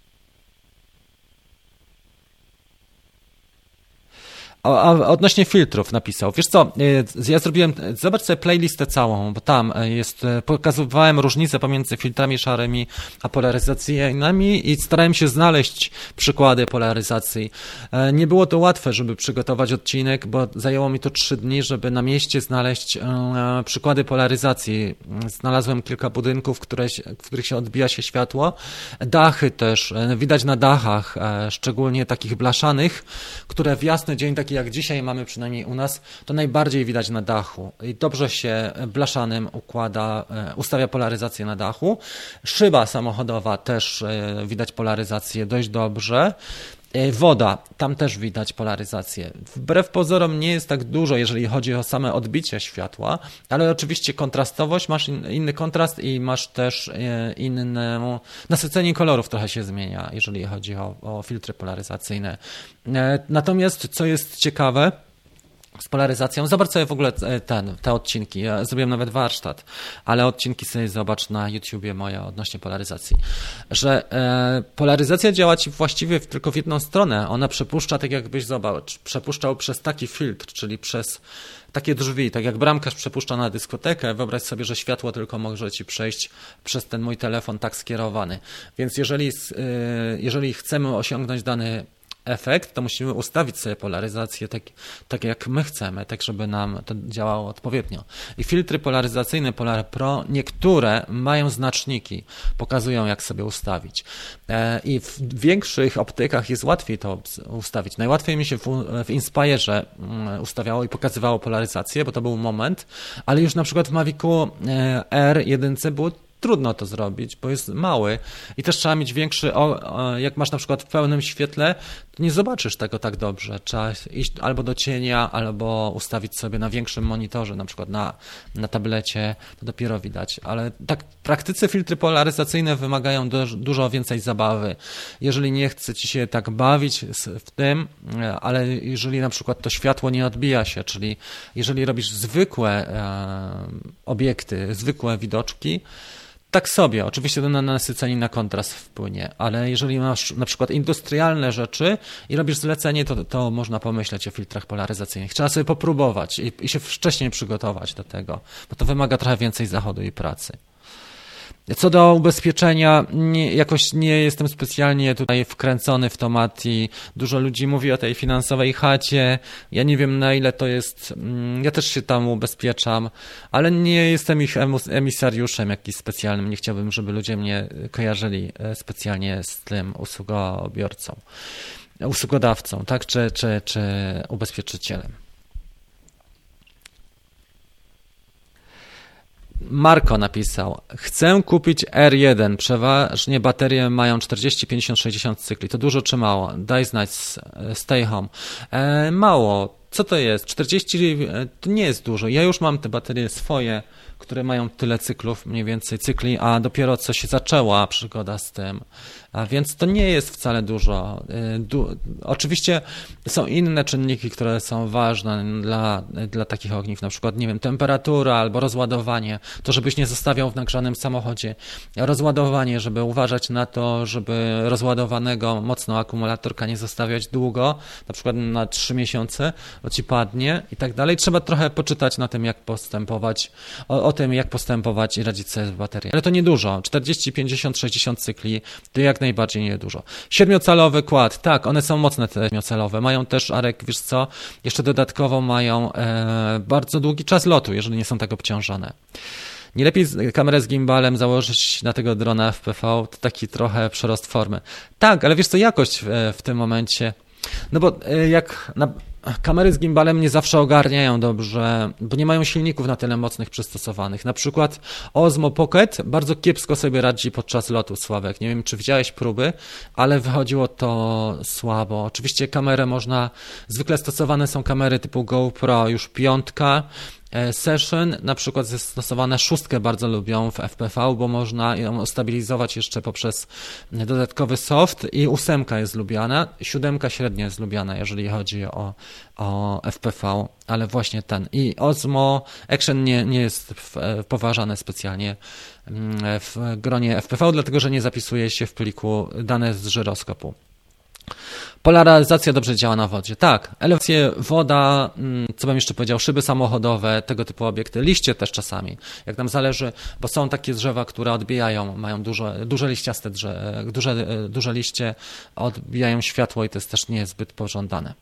A odnośnie filtrów napisał. Wiesz co, ja zrobiłem, zobacz sobie playlistę całą, bo tam pokazywałem różnice pomiędzy filtrami szarymi a polaryzacyjnymi i starałem się znaleźć przykłady polaryzacji. Nie było to łatwe, żeby przygotować odcinek, bo zajęło mi to 3 dni, żeby na mieście znaleźć przykłady polaryzacji. Znalazłem kilka budynków, w których się odbija się światło. Dachy też, widać na dachach, szczególnie takich blaszanych, które w jasny dzień, taki jak dzisiaj mamy przynajmniej u nas, to najbardziej widać na dachu i dobrze się blaszanym ustawia polaryzację na dachu. Szyba samochodowa też widać polaryzację dość dobrze. Woda, tam też widać polaryzację. Wbrew pozorom nie jest tak dużo, jeżeli chodzi o same odbicie światła, ale oczywiście kontrastowość, masz inny kontrast i masz też inne nasycenie kolorów trochę się zmienia, jeżeli chodzi o filtry polaryzacyjne. Natomiast co jest ciekawe, z polaryzacją. Zobacz sobie w ogóle te odcinki. Ja zrobiłem nawet warsztat, ale odcinki sobie zobacz na YouTubie moje odnośnie polaryzacji. Że polaryzacja działa ci właściwie tylko w jedną stronę. Ona przepuszcza, tak jakbyś przepuszczał przez taki filtr, czyli przez takie drzwi, tak jak bramkarz przepuszcza na dyskotekę. Wyobraź sobie, że światło tylko może ci przejść przez ten mój telefon tak skierowany. Więc jeżeli chcemy osiągnąć dany efekt, to musimy ustawić sobie polaryzację tak jak my chcemy, tak żeby nam to działało odpowiednio. I filtry polaryzacyjne Polar Pro, niektóre mają znaczniki, pokazują jak sobie ustawić. I w większych optykach jest łatwiej to ustawić. Najłatwiej mi się w Inspire ustawiało i pokazywało polaryzację, bo to był moment, ale już na przykład w Mavicu R1 było trudno to zrobić, bo jest mały i też trzeba mieć większy, jak masz na przykład w pełnym świetle, to nie zobaczysz tego tak dobrze. Trzeba iść albo do cienia, albo ustawić sobie na większym monitorze, na przykład na tablecie, to dopiero widać. Ale tak w praktyce filtry polaryzacyjne wymagają dużo więcej zabawy. Jeżeli nie chce ci się tak bawić w tym, ale jeżeli na przykład to światło nie odbija się, czyli jeżeli robisz zwykłe obiekty, zwykłe widoczki, Tak sobie, oczywiście to na nasycenie, na kontrast wpłynie, ale jeżeli masz na przykład industrialne rzeczy i robisz zlecenie, to można pomyśleć o filtrach polaryzacyjnych. Trzeba sobie popróbować i się wcześniej przygotować do tego, bo to wymaga trochę więcej zachodu i pracy. Co do ubezpieczenia, jakoś nie jestem specjalnie tutaj wkręcony w temat i dużo ludzi mówi o tej finansowej chacie. Ja nie wiem, na ile to jest, ja też się tam ubezpieczam, ale nie jestem ich emisariuszem jakimś specjalnym. Nie chciałbym, żeby ludzie mnie kojarzyli specjalnie z tym usługodawcą, tak, czy ubezpieczycielem. Marko napisał, chcę kupić R1, przeważnie baterie mają 40, 50, 60 cykli. To dużo czy mało? Daj znać, stay home. Mało. Co to jest? 40 to nie jest dużo. Ja już mam te baterie swoje, które mają tyle cyklów, mniej więcej cykli, a dopiero co się zaczęła przygoda z tym. A więc to nie jest wcale dużo. Oczywiście są inne czynniki, które są ważne dla takich ogniw, na przykład, nie wiem, temperatura albo rozładowanie, to żebyś nie zostawiał w nagrzanym samochodzie. Rozładowanie, żeby uważać na to, żeby rozładowanego mocno akumulatorka nie zostawiać długo, na przykład na 3 miesiące, bo ci padnie i tak dalej. Trzeba trochę poczytać na tym, jak postępować, o tym, jak postępować i radzić sobie z baterią. Ale to niedużo. 40, 50, 60 cykli to jak najbardziej niedużo. 7-calowy kład, tak, one są mocne te 7-calowe. Mają też, Arek, wiesz co, jeszcze dodatkowo mają bardzo długi czas lotu, jeżeli nie są tak obciążone. Nie lepiej kamerę z gimbalem założyć na tego drona FPV, to taki trochę przerost formy. Tak, ale wiesz co, jakość w tym momencie, no bo jak kamery z gimbalem nie zawsze ogarniają dobrze, bo nie mają silników na tyle mocnych przystosowanych. Na przykład Osmo Pocket bardzo kiepsko sobie radzi podczas lotu, Sławek. Nie wiem, czy widziałeś próby, ale wychodziło to słabo. Oczywiście kamerę zwykle stosowane są kamery typu GoPro, już 5, Session, na przykład zastosowane 6 bardzo lubią w FPV, bo można ją stabilizować jeszcze poprzez dodatkowy soft i 8 jest lubiana, 7 średnio jest lubiana, jeżeli chodzi o FPV, ale właśnie ten. I Osmo Action nie jest poważane specjalnie w gronie FPV, dlatego że nie zapisuje się w pliku dane z żyroskopu. Polaryzacja dobrze działa na wodzie. Tak, elewacje, woda, co bym jeszcze powiedział, szyby samochodowe, tego typu obiekty, liście też czasami, jak nam zależy, bo są takie drzewa, które odbijają, mają duże liściaste duże liście, odbijają światło i to jest też niezbyt pożądane.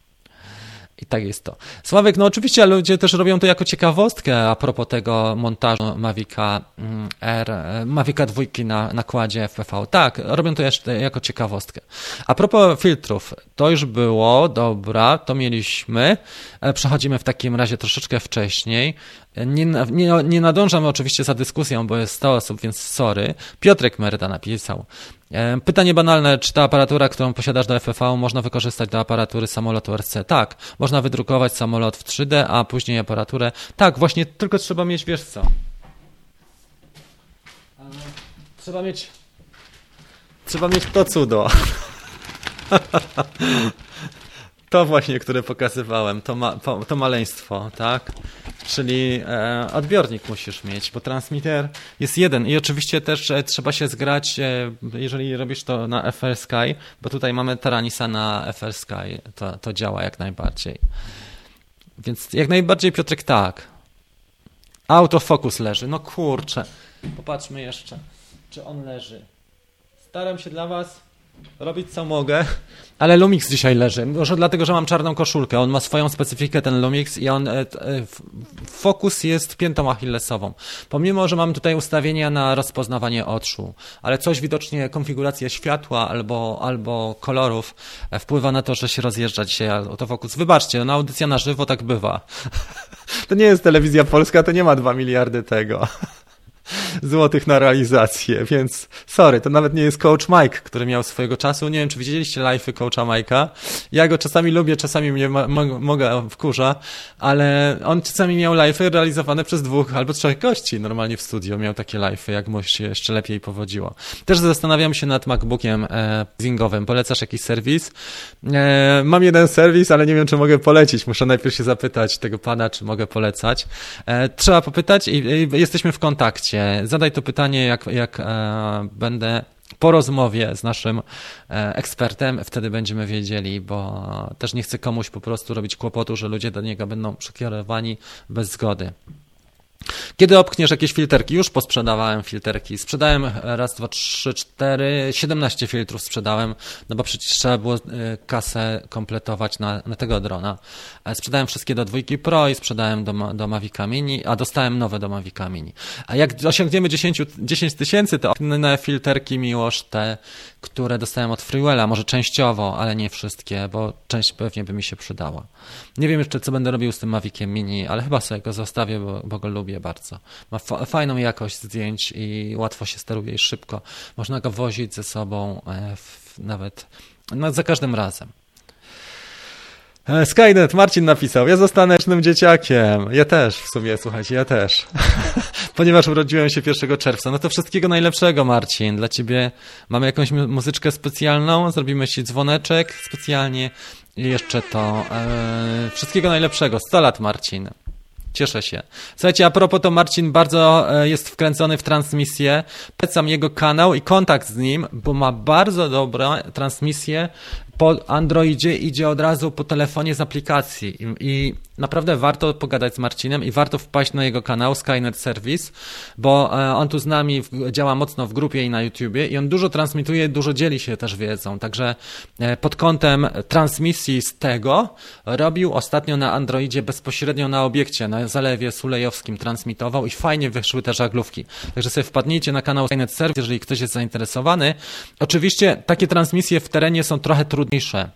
I tak jest to. Sławek, no oczywiście ludzie też robią to jako ciekawostkę a propos tego montażu Mavica 2 na nakładzie FPV. Tak, robią to jeszcze jako ciekawostkę. A propos filtrów, to już było, dobra, to mieliśmy. Przechodzimy w takim razie troszeczkę wcześniej. Nie nadążam oczywiście za dyskusją, bo jest 100 osób, więc sorry. Piotrek Merda napisał. Pytanie banalne, czy ta aparatura, którą posiadasz do FPV, można wykorzystać do aparatury samolotu RC? Tak, można wydrukować samolot w 3D, a później aparaturę. Tak, właśnie, tylko trzeba mieć, wiesz co? Trzeba mieć to cudo. To właśnie, które pokazywałem, to maleństwo, tak? Czyli odbiornik musisz mieć, bo transmitter jest jeden i oczywiście też trzeba się zgrać, jeżeli robisz to na FR Sky, bo tutaj mamy Taranisa na FR Sky, to działa jak najbardziej. Więc jak najbardziej, Piotrek, tak. Autofokus leży, no kurczę, popatrzmy jeszcze, czy on leży. Staram się dla was robić co mogę, ale Lumix dzisiaj leży. Może dlatego, że mam czarną koszulkę. On ma swoją specyfikę, ten Lumix, i fokus jest piętą achillesową. Pomimo, że mam tutaj ustawienia na rozpoznawanie oczu, ale coś widocznie, konfiguracja światła albo kolorów wpływa na to, że się rozjeżdża dzisiaj autofokus. Wybaczcie, no audycja na żywo tak bywa. To nie jest telewizja polska, to nie ma 2 miliardy tego złotych na realizację, więc sorry, to nawet nie jest Coach Mike, który miał swojego czasu. Nie wiem, czy widzieliście live'y Coacha Mike'a. Ja go czasami lubię, czasami mnie wkurza, ale on czasami miał live'y realizowane przez 2 albo 3 gości. Normalnie w studio miał takie live'y, jak mu się jeszcze lepiej powodziło. Też zastanawiam się nad MacBookiem leasingowym. Polecasz jakiś serwis? Mam jeden serwis, ale nie wiem, czy mogę polecić. Muszę najpierw się zapytać tego pana, czy mogę polecać. Trzeba popytać i jesteśmy w kontakcie. zadaj to pytanie, jak będę po rozmowie z naszym ekspertem, wtedy będziemy wiedzieli, bo też nie chcę komuś po prostu robić kłopotu, że ludzie do niego będą przekierowani bez zgody. Kiedy obkniesz jakieś filterki? Już posprzedawałem filterki. Sprzedałem raz, dwa, trzy, cztery, 17 filtrów sprzedałem, no bo przecież trzeba było kasę kompletować na tego drona. Sprzedałem wszystkie do 2 Pro i sprzedałem do Mavica Mini, a dostałem nowe do Mavica Mini. A jak osiągniemy 10 tysięcy, to obknę filterki Miłosz, te, które dostałem od Freewella, może częściowo, ale nie wszystkie, bo część pewnie by mi się przydała. Nie wiem jeszcze, co będę robił z tym Maviciem Mini, ale chyba sobie go zostawię, bo go lubię bardzo. Ma fajną jakość zdjęć i łatwo się steruje i szybko. Można go wozić ze sobą nawet za każdym razem. Skynet, Marcin napisał, ja zostanę licznym dzieciakiem. Ja też w sumie, słuchajcie, ja też. Ponieważ urodziłem się 1 czerwca. No to wszystkiego najlepszego, Marcin. Dla ciebie mamy jakąś muzyczkę specjalną, zrobimy ci dzwoneczek specjalnie i jeszcze to. Wszystkiego najlepszego. 100 lat, Marcin. Cieszę się. Słuchajcie, a propos, to Marcin bardzo jest wkręcony w transmisję. Polecam jego kanał i kontakt z nim, bo ma bardzo dobre transmisje po Androidzie, idzie od razu po telefonie z aplikacji i naprawdę warto pogadać z Marcinem i warto wpaść na jego kanał Skynet Service, bo on tu z nami działa mocno w grupie i na YouTubie i on dużo transmituje, dużo dzieli się też wiedzą, także pod kątem transmisji z tego robił ostatnio na Androidzie bezpośrednio na obiekcie, na Zalewie Sulejowskim transmitował i fajnie wyszły te żaglówki, także sobie wpadnijcie na kanał Skynet Service, jeżeli ktoś jest zainteresowany. Oczywiście takie transmisje w terenie są trochę trudniejsze,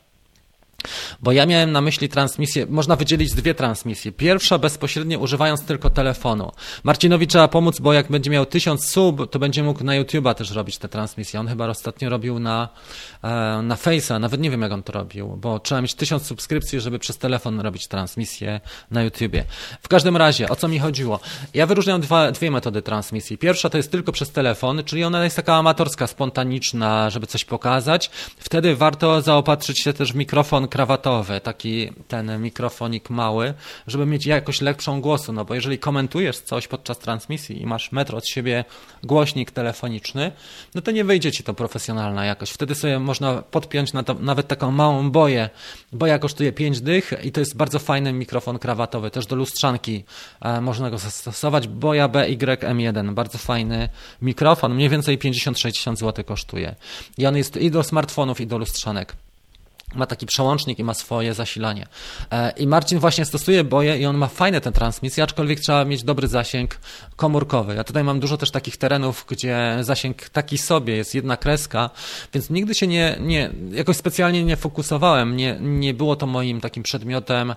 bo ja miałem na myśli transmisję, można wydzielić 2 transmisje. Pierwsza bezpośrednio używając tylko telefonu. Marcinowi trzeba pomóc, bo jak będzie miał 1000 sub, to będzie mógł na YouTube'a też robić te transmisje. On chyba ostatnio robił na Face'a, nawet nie wiem jak on to robił, bo trzeba mieć 1000 subskrypcji, żeby przez telefon robić transmisję na YouTubie. W każdym razie, o co mi chodziło? Ja wyróżniam dwie metody transmisji. Pierwsza to jest tylko przez telefon, czyli ona jest taka amatorska, spontaniczna, żeby coś pokazać. Wtedy warto zaopatrzyć się też w mikrofon krawatowy, taki ten mikrofonik mały, żeby mieć jakoś lepszą głosu, no bo jeżeli komentujesz coś podczas transmisji i masz metr od siebie głośnik telefoniczny, no to nie wyjdzie ci to profesjonalna jakość. Wtedy sobie można podpiąć na to nawet taką małą boję. Boja kosztuje 5 dych i to jest bardzo fajny mikrofon krawatowy, też do lustrzanki można go zastosować. Boja BY-M1, bardzo fajny mikrofon, mniej więcej 50-60 zł kosztuje. I on jest i do smartfonów, i do lustrzanek. Ma taki przełącznik i ma swoje zasilanie. I Marcin właśnie stosuje boje i on ma fajne te transmisje, aczkolwiek trzeba mieć dobry zasięg komórkowy. Ja tutaj mam dużo też takich terenów, gdzie zasięg taki sobie jest, jedna kreska, więc nigdy się jakoś specjalnie nie fokusowałem. Nie było to moim takim przedmiotem,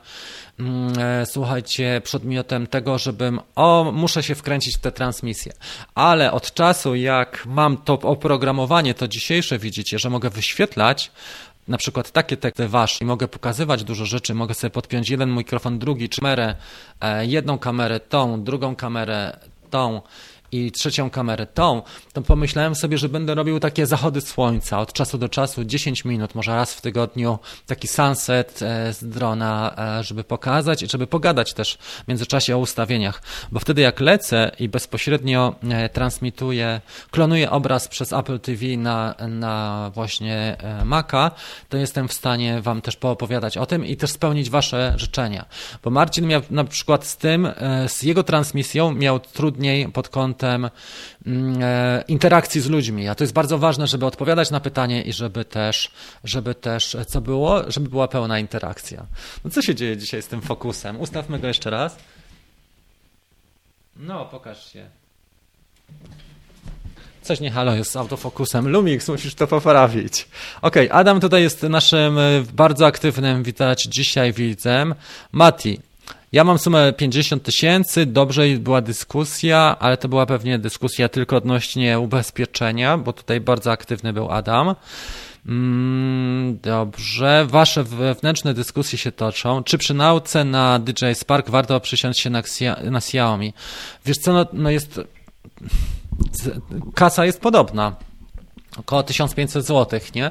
słuchajcie, przedmiotem tego, żebym muszę się wkręcić w te transmisje. Ale od czasu, jak mam to oprogramowanie, to dzisiejsze widzicie, że mogę wyświetlać na przykład takie teksty i mogę pokazywać dużo rzeczy, mogę sobie podpiąć jeden mikrofon, drugi, czy kamerę, jedną kamerę tą, drugą kamerę tą i trzecią kamerę tą, to pomyślałem sobie, że będę robił takie zachody słońca od czasu do czasu, 10 minut, może raz w tygodniu, taki sunset z drona, żeby pokazać i żeby pogadać też w międzyczasie o ustawieniach, bo wtedy jak lecę i bezpośrednio transmituję, klonuję obraz przez Apple TV na właśnie Maca, to jestem w stanie wam też poopowiadać o tym i też spełnić wasze życzenia, bo Marcin miał na przykład z jego transmisją miał trudniej pod kątem interakcji z ludźmi, a to jest bardzo ważne, żeby odpowiadać na pytanie i żeby też co było, żeby była pełna interakcja. No co się dzieje dzisiaj z tym fokusem? Ustawmy go jeszcze raz. No, pokaż się. Coś nie halo jest z autofokusem. Lumix, musisz to poprawić. Okej, Adam tutaj jest naszym bardzo aktywnym, widać dzisiaj widzem. Mati. Ja mam sumę 50 000, dobrze była dyskusja, ale to była pewnie dyskusja tylko odnośnie ubezpieczenia, bo tutaj bardzo aktywny był Adam. Dobrze, wasze wewnętrzne dyskusje się toczą. Czy przy nauce na DJI Spark warto przysiąść się na Xiaomi? Wiesz co, no jest... Kasa jest podobna, około 1500 zł, nie?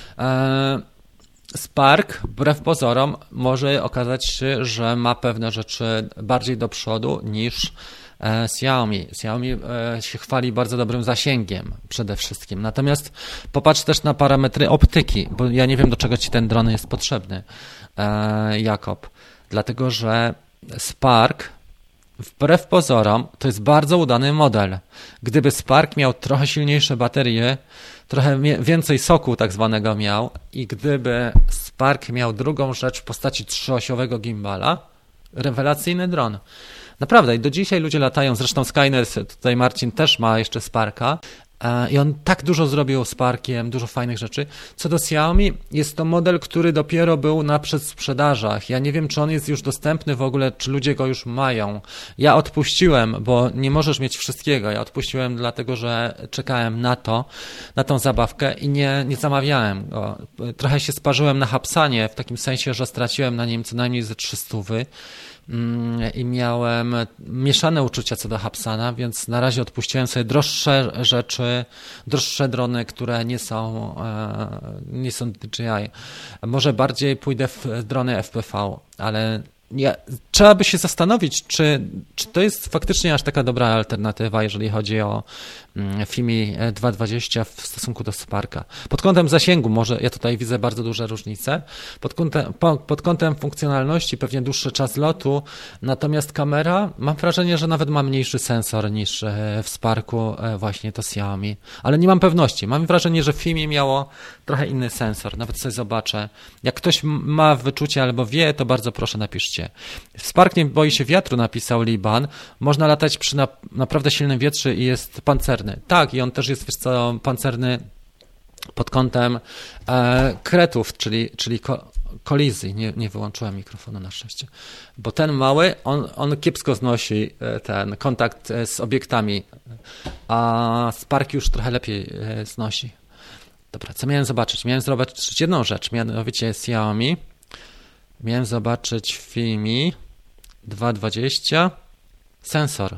Spark, wbrew pozorom, może okazać się, że ma pewne rzeczy bardziej do przodu niż Xiaomi się chwali bardzo dobrym zasięgiem przede wszystkim. Natomiast popatrz też na parametry optyki, bo ja nie wiem, do czego ci ten dron jest potrzebny, Jakob. Dlatego, że Spark wbrew pozorom to jest bardzo udany model. Gdyby Spark miał trochę silniejsze baterie, trochę więcej soku tak zwanego miał i gdyby Spark miał drugą rzecz w postaci trzyosiowego gimbala, rewelacyjny dron. Naprawdę i do dzisiaj ludzie latają, zresztą Skynet, tutaj Marcin też ma jeszcze Sparka i on tak dużo zrobił Sparkiem, dużo fajnych rzeczy. Co do Xiaomi, jest to model, który dopiero był na przedsprzedażach. Ja nie wiem, czy on jest już dostępny w ogóle, czy ludzie go już mają. Ja odpuściłem, bo nie możesz mieć wszystkiego. Ja odpuściłem dlatego, że czekałem na tą zabawkę i nie zamawiałem go. Trochę się sparzyłem na Hapsanie, w takim sensie, że straciłem na nim co najmniej ze 300 i miałem mieszane uczucia co do Hapsana, więc na razie odpuściłem sobie droższe rzeczy, droższe drony, które nie są DJI. Może bardziej pójdę w drony FPV, ale trzeba by się zastanowić, czy to jest faktycznie aż taka dobra alternatywa, jeżeli chodzi o Fimi 2.20 w stosunku do Sparka. Pod kątem zasięgu może ja tutaj widzę bardzo duże różnice, pod kątem funkcjonalności pewnie dłuższy czas lotu, natomiast kamera mam wrażenie, że nawet ma mniejszy sensor niż w Sparku właśnie to Xiaomi, ale nie mam pewności. Mam wrażenie, że Fimi miało trochę inny sensor, nawet sobie zobaczę. Jak ktoś ma wyczucie albo wie, to bardzo proszę napiszcie. Spark nie boi się wiatru, napisał Liban. Można latać przy naprawdę silnym wietrze i jest pancerny. Tak, i on też jest, wiesz co, pancerny pod kątem kretów, czyli kolizji. Nie wyłączyłem mikrofonu na szczęście. Bo ten mały, on kiepsko znosi ten kontakt z obiektami, a Spark już trochę lepiej znosi. Dobra, co miałem zobaczyć? Miałem zobaczyć jedną rzecz, mianowicie Xiaomi. Miałem zobaczyć Fimi 2.20 sensor.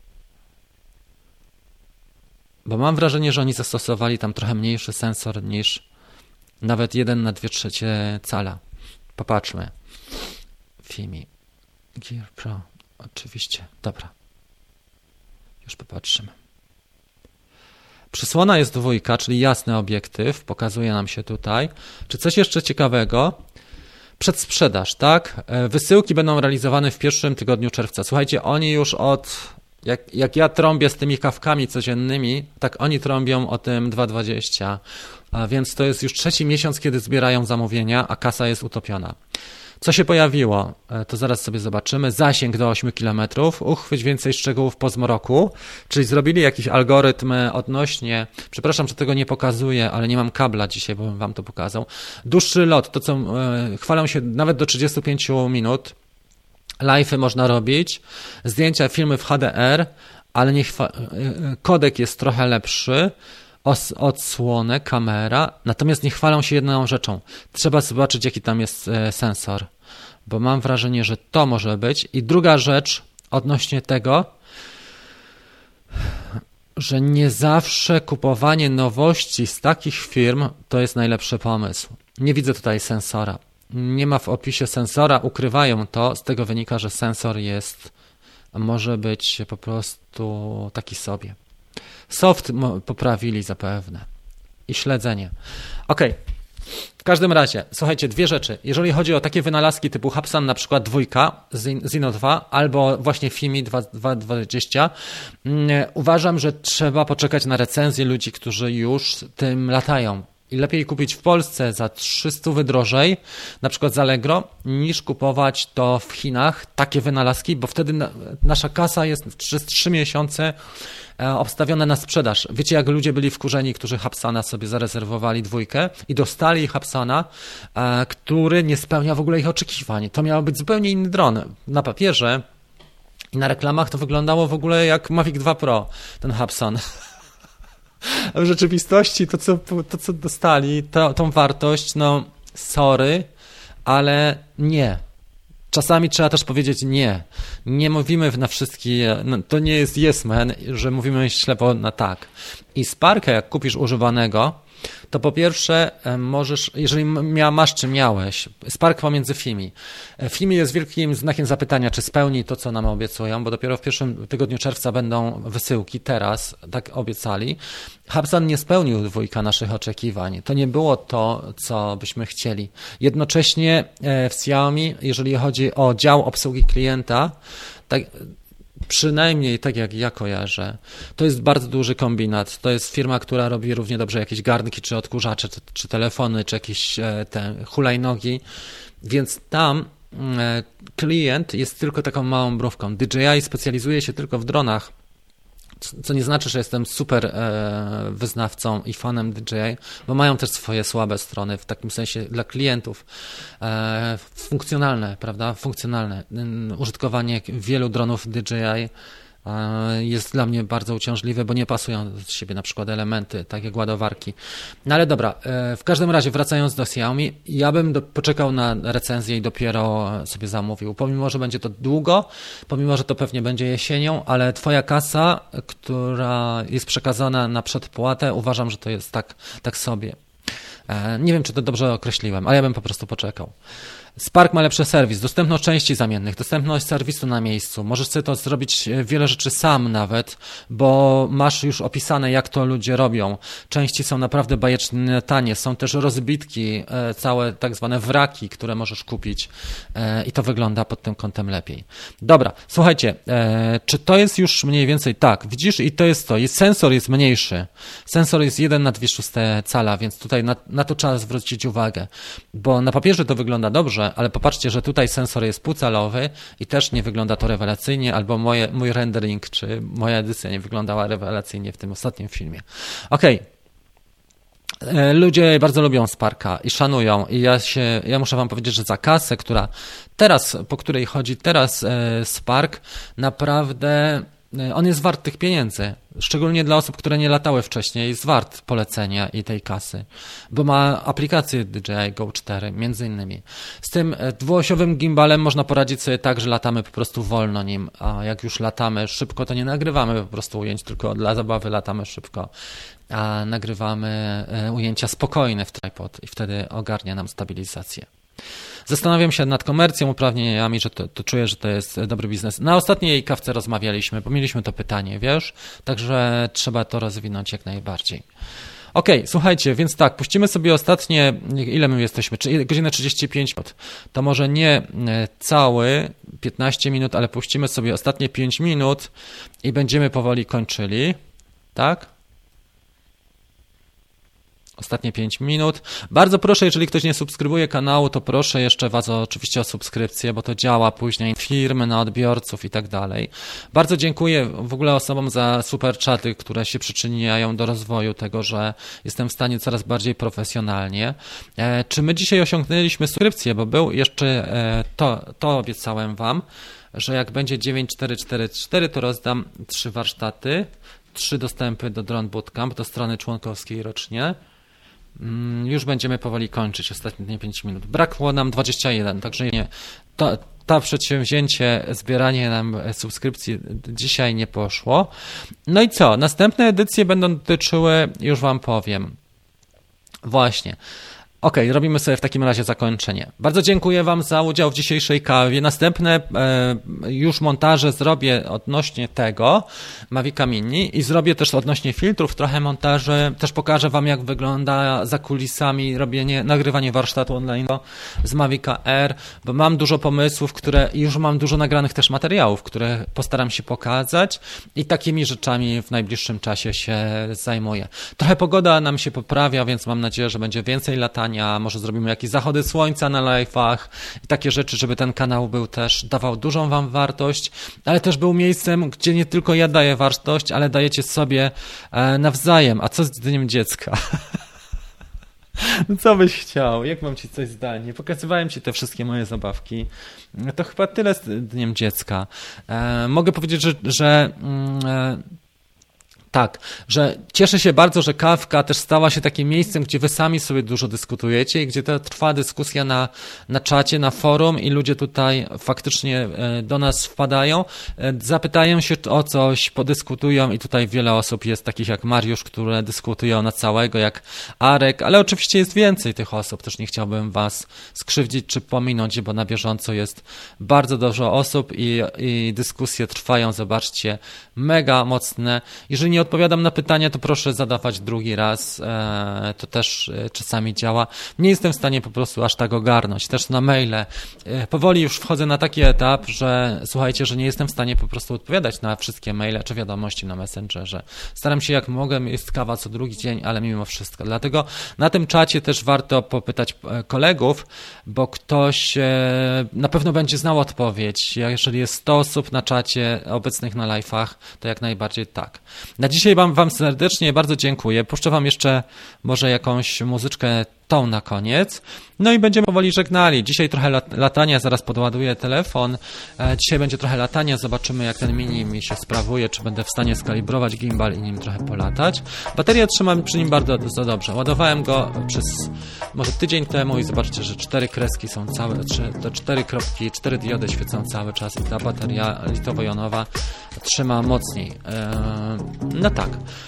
Bo mam wrażenie, że oni zastosowali tam trochę mniejszy sensor niż nawet 1/2 cala. Popatrzmy. Fimi Gear Pro. Oczywiście. Dobra. Już popatrzymy. Przysłona jest 2, czyli jasny obiektyw. Pokazuje nam się tutaj. Czy coś jeszcze ciekawego? Przedsprzedaż, tak? Wysyłki będą realizowane w pierwszym tygodniu czerwca. Słuchajcie, oni już jak ja trąbię z tymi kawkami codziennymi, tak oni trąbią o tym 2.20, a więc to jest już 3. miesiąc, kiedy zbierają zamówienia, a kasa jest utopiona. Co się pojawiło? To zaraz sobie zobaczymy. Zasięg do 8 km. Uchwyć więcej szczegółów po zmroku. Czyli zrobili jakiś algorytm odnośnie... Przepraszam, że tego nie pokazuję, ale nie mam kabla dzisiaj, bo bym wam to pokazał. Dłuższy lot, to co chwalą się nawet do 35 minut. Live'y można robić. Zdjęcia, filmy w HDR, ale kodek jest trochę lepszy. Odsłonę, kamera, natomiast nie chwalą się jedną rzeczą. Trzeba zobaczyć, jaki tam jest sensor, bo mam wrażenie, że to może być. I druga rzecz odnośnie tego, że nie zawsze kupowanie nowości z takich firm to jest najlepszy pomysł. Nie widzę tutaj sensora. Nie ma w opisie sensora, ukrywają to, z tego wynika, że sensor może być po prostu taki sobie. Soft poprawili zapewne. I śledzenie. Okej. W każdym razie, słuchajcie, 2 rzeczy. Jeżeli chodzi o takie wynalazki typu Hapsan, na przykład 2, Zino 2, albo właśnie Fimi 2.20, uważam, że trzeba poczekać na recenzję ludzi, którzy już tym latają. I lepiej kupić w Polsce za 300 drożej, na przykład z Allegro, niż kupować to w Chinach, takie wynalazki, bo wtedy nasza kasa jest przez 3 miesiące obstawione na sprzedaż. Wiecie, jak ludzie byli wkurzeni, którzy Hapsana sobie zarezerwowali 2 i dostali Hapsana, który nie spełnia w ogóle ich oczekiwań. To miał być zupełnie inny dron. Na papierze i na reklamach to wyglądało w ogóle jak Mavic 2 Pro, ten Hapsan. A w rzeczywistości to, co dostali, tą wartość, no sorry, ale nie. Czasami trzeba też powiedzieć nie. Nie mówimy na wszystkie, no, to nie jest yes man, że mówimy ślepo na tak. I Sparka, jak kupisz używanego, to po pierwsze możesz, jeżeli masz czy miałeś, Spark pomiędzy FIMI. FIMI jest wielkim znakiem zapytania, czy spełni to, co nam obiecują, bo dopiero w pierwszym tygodniu czerwca będą wysyłki, teraz tak obiecali. Hubsan nie spełnił 2 naszych oczekiwań. To nie było to, co byśmy chcieli. Jednocześnie w Xiaomi, jeżeli chodzi o dział obsługi klienta, tak, przynajmniej tak jak ja kojarzę, to jest bardzo duży kombinat. To jest firma, która robi równie dobrze jakieś garnki, czy odkurzacze, czy telefony, czy jakieś te hulajnogi, więc tam klient jest tylko taką małą mrówką. DJI specjalizuje się tylko w dronach, co nie znaczy, że jestem super wyznawcą i fanem DJI, bo mają też swoje słabe strony, w takim sensie dla klientów funkcjonalne, prawda? Funkcjonalne. Użytkowanie wielu dronów DJI jest dla mnie bardzo uciążliwe, bo nie pasują do siebie na przykład elementy, tak jak ładowarki. No ale dobra, w każdym razie wracając do Xiaomi, ja bym poczekał na recenzję i dopiero sobie zamówił. Pomimo, że będzie to długo, pomimo, że to pewnie będzie jesienią, ale twoja kasa, która jest przekazana na przedpłatę, uważam, że to jest tak sobie. Nie wiem, czy to dobrze określiłem, ale ja bym po prostu poczekał. Spark ma lepszy serwis, dostępność części zamiennych, dostępność serwisu na miejscu. Możesz sobie to zrobić wiele rzeczy sam nawet, bo masz już opisane, jak to ludzie robią. Części są naprawdę bajecznie tanie, są też rozbitki, całe tak zwane wraki, które możesz kupić i to wygląda pod tym kątem lepiej. Dobra, słuchajcie, czy to jest już mniej więcej tak, widzisz i to jest to, sensor jest mniejszy, sensor jest 1/2 cala, więc tutaj na to trzeba zwrócić uwagę, bo na papierze to wygląda dobrze, ale popatrzcie, że tutaj sensor jest półcalowy i też nie wygląda to rewelacyjnie, albo mój rendering, czy moja edycja nie wyglądała rewelacyjnie w tym ostatnim filmie. Okej. Ludzie bardzo lubią Sparka i szanują i ja muszę wam powiedzieć, że za kasę, po której chodzi teraz Spark, naprawdę on jest wart tych pieniędzy. Szczególnie dla osób, które nie latały wcześniej, jest wart polecenia i tej kasy, bo ma aplikację DJI Go 4 między innymi. Z tym dwuosiowym gimbalem można poradzić sobie tak, że latamy po prostu wolno nim, a jak już latamy szybko, to nie nagrywamy po prostu ujęć, tylko dla zabawy latamy szybko, a nagrywamy ujęcia spokojne w tripod i wtedy ogarnia nam stabilizację. Zastanawiam się nad komercją, uprawnieniami, że to czuję, że to jest dobry biznes. Na ostatniej kawce rozmawialiśmy, bo mieliśmy to pytanie, wiesz? Także trzeba to rozwinąć jak najbardziej. Okej, słuchajcie, więc tak, puścimy sobie ostatnie, ile my jesteśmy? Godzinę 35 minut. To może nie cały 15 minut, ale puścimy sobie ostatnie 5 minut i będziemy powoli kończyli. Tak? Ostatnie 5 minut. Bardzo proszę, jeżeli ktoś nie subskrybuje kanału, to proszę jeszcze was oczywiście o subskrypcję, bo to działa później firmy, na odbiorców i tak dalej. Bardzo dziękuję w ogóle osobom za super czaty, które się przyczyniają do rozwoju tego, że jestem w stanie coraz bardziej profesjonalnie. Czy my dzisiaj osiągnęliśmy subskrypcję, bo był jeszcze, to obiecałem wam, że jak będzie 9444, to rozdam 3 warsztaty, 3 dostępy do Drone Bootcamp, do strony członkowskiej rocznie. Już będziemy powoli kończyć ostatnie 5 minut. Brakło nam 21, także nie. To przedsięwzięcie, zbieranie nam subskrypcji dzisiaj nie poszło. No i co? Następne edycje będą dotyczyły, już wam powiem. Właśnie. Okej, robimy sobie w takim razie zakończenie. Bardzo dziękuję wam za udział w dzisiejszej kawie. Następne już montaże zrobię odnośnie tego Mavica Mini i zrobię też odnośnie filtrów trochę montaże. Też pokażę wam, jak wygląda za kulisami nagrywanie warsztatu online z Mavica Air, bo mam dużo pomysłów, już mam dużo nagranych też materiałów, które postaram się pokazać i takimi rzeczami w najbliższym czasie się zajmuję. Trochę pogoda nam się poprawia, więc mam nadzieję, że będzie więcej latania. Może zrobimy jakieś zachody słońca na live'ach i takie rzeczy, żeby ten kanał był też, dawał dużą wam wartość, ale też był miejscem, gdzie nie tylko ja daję wartość, ale dajecie sobie nawzajem. A co z Dniem Dziecka? No co byś chciał? Jak mam ci coś zdać? Nie pokazywałem ci te wszystkie moje zabawki. To chyba tyle z Dniem Dziecka. Mogę powiedzieć, że Tak, że cieszę się bardzo, że Kawka też stała się takim miejscem, gdzie wy sami sobie dużo dyskutujecie i gdzie trwa dyskusja na czacie, na forum i ludzie tutaj faktycznie do nas wpadają, zapytają się o coś, podyskutują i tutaj wiele osób jest takich jak Mariusz, które dyskutują na całego, jak Arek, ale oczywiście jest więcej tych osób, też nie chciałbym was skrzywdzić czy pominąć, bo na bieżąco jest bardzo dużo osób i dyskusje trwają, zobaczcie, mega mocne. Jeżeli nie odpowiadam na pytania, to proszę zadawać drugi raz, to też czasami działa. Nie jestem w stanie po prostu aż tak ogarnąć, też na maile. Powoli już wchodzę na taki etap, że słuchajcie, że nie jestem w stanie po prostu odpowiadać na wszystkie maile czy wiadomości na Messengerze. Staram się jak mogę, jest kawa co drugi dzień, ale mimo wszystko. Dlatego na tym czacie też warto popytać kolegów, bo ktoś na pewno będzie znał odpowiedź. Jeżeli jest 100 osób na czacie obecnych na live'ach, to jak najbardziej tak. Na dzisiaj wam serdecznie bardzo dziękuję. Puszczę wam jeszcze może jakąś muzyczkę tą na koniec. No i będziemy powoli żegnali. Dzisiaj trochę latania, zaraz podładuję telefon. Dzisiaj będzie trochę latania, zobaczymy jak ten mini mi się sprawuje, czy będę w stanie skalibrować gimbal i nim trochę polatać. Bateria trzyma mi przy nim bardzo dobrze. Ładowałem go przez może tydzień temu i zobaczcie, że 4 kreski są całe, 4 kropki, 4 diody świecą cały czas i ta bateria litowo-jonowa trzyma mocniej. No tak.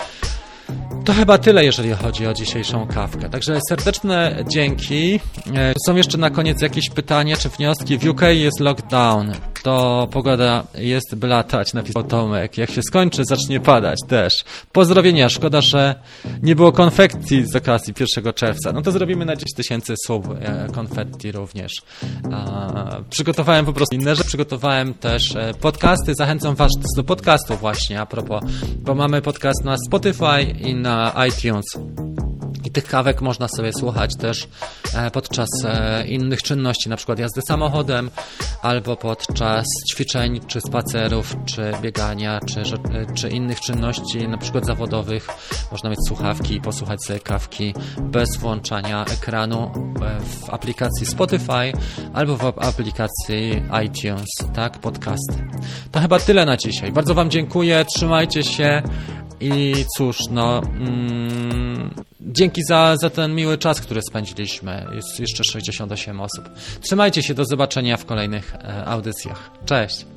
To chyba tyle, jeżeli chodzi o dzisiejszą kawkę. Także serdeczne dzięki. Są jeszcze na koniec jakieś pytania czy wnioski? W UK jest lockdown. To pogoda jest, by latać, napisał Tomek. Jak się skończy, zacznie padać też. Pozdrowienia. Szkoda, że nie było konfetti z okazji 1 czerwca. No to zrobimy na 10 000 słów konfetti również. Przygotowałem po prostu inne rzeczy. Przygotowałem też podcasty. Zachęcam was do podcastu właśnie a propos, bo mamy podcast na Spotify i na iTunes. I tych kawek można sobie słuchać też podczas innych czynności, na przykład jazdy samochodem, albo podczas ćwiczeń, czy spacerów, czy biegania, czy innych czynności, na przykład zawodowych. Można mieć słuchawki i posłuchać sobie kawki bez włączania ekranu w aplikacji Spotify albo w aplikacji iTunes, tak, podcasty. To chyba tyle na dzisiaj. Bardzo wam dziękuję, trzymajcie się. I cóż, dzięki za ten miły czas, który spędziliśmy. Jest jeszcze 68 osób. Trzymajcie się, do zobaczenia w kolejnych audycjach. Cześć!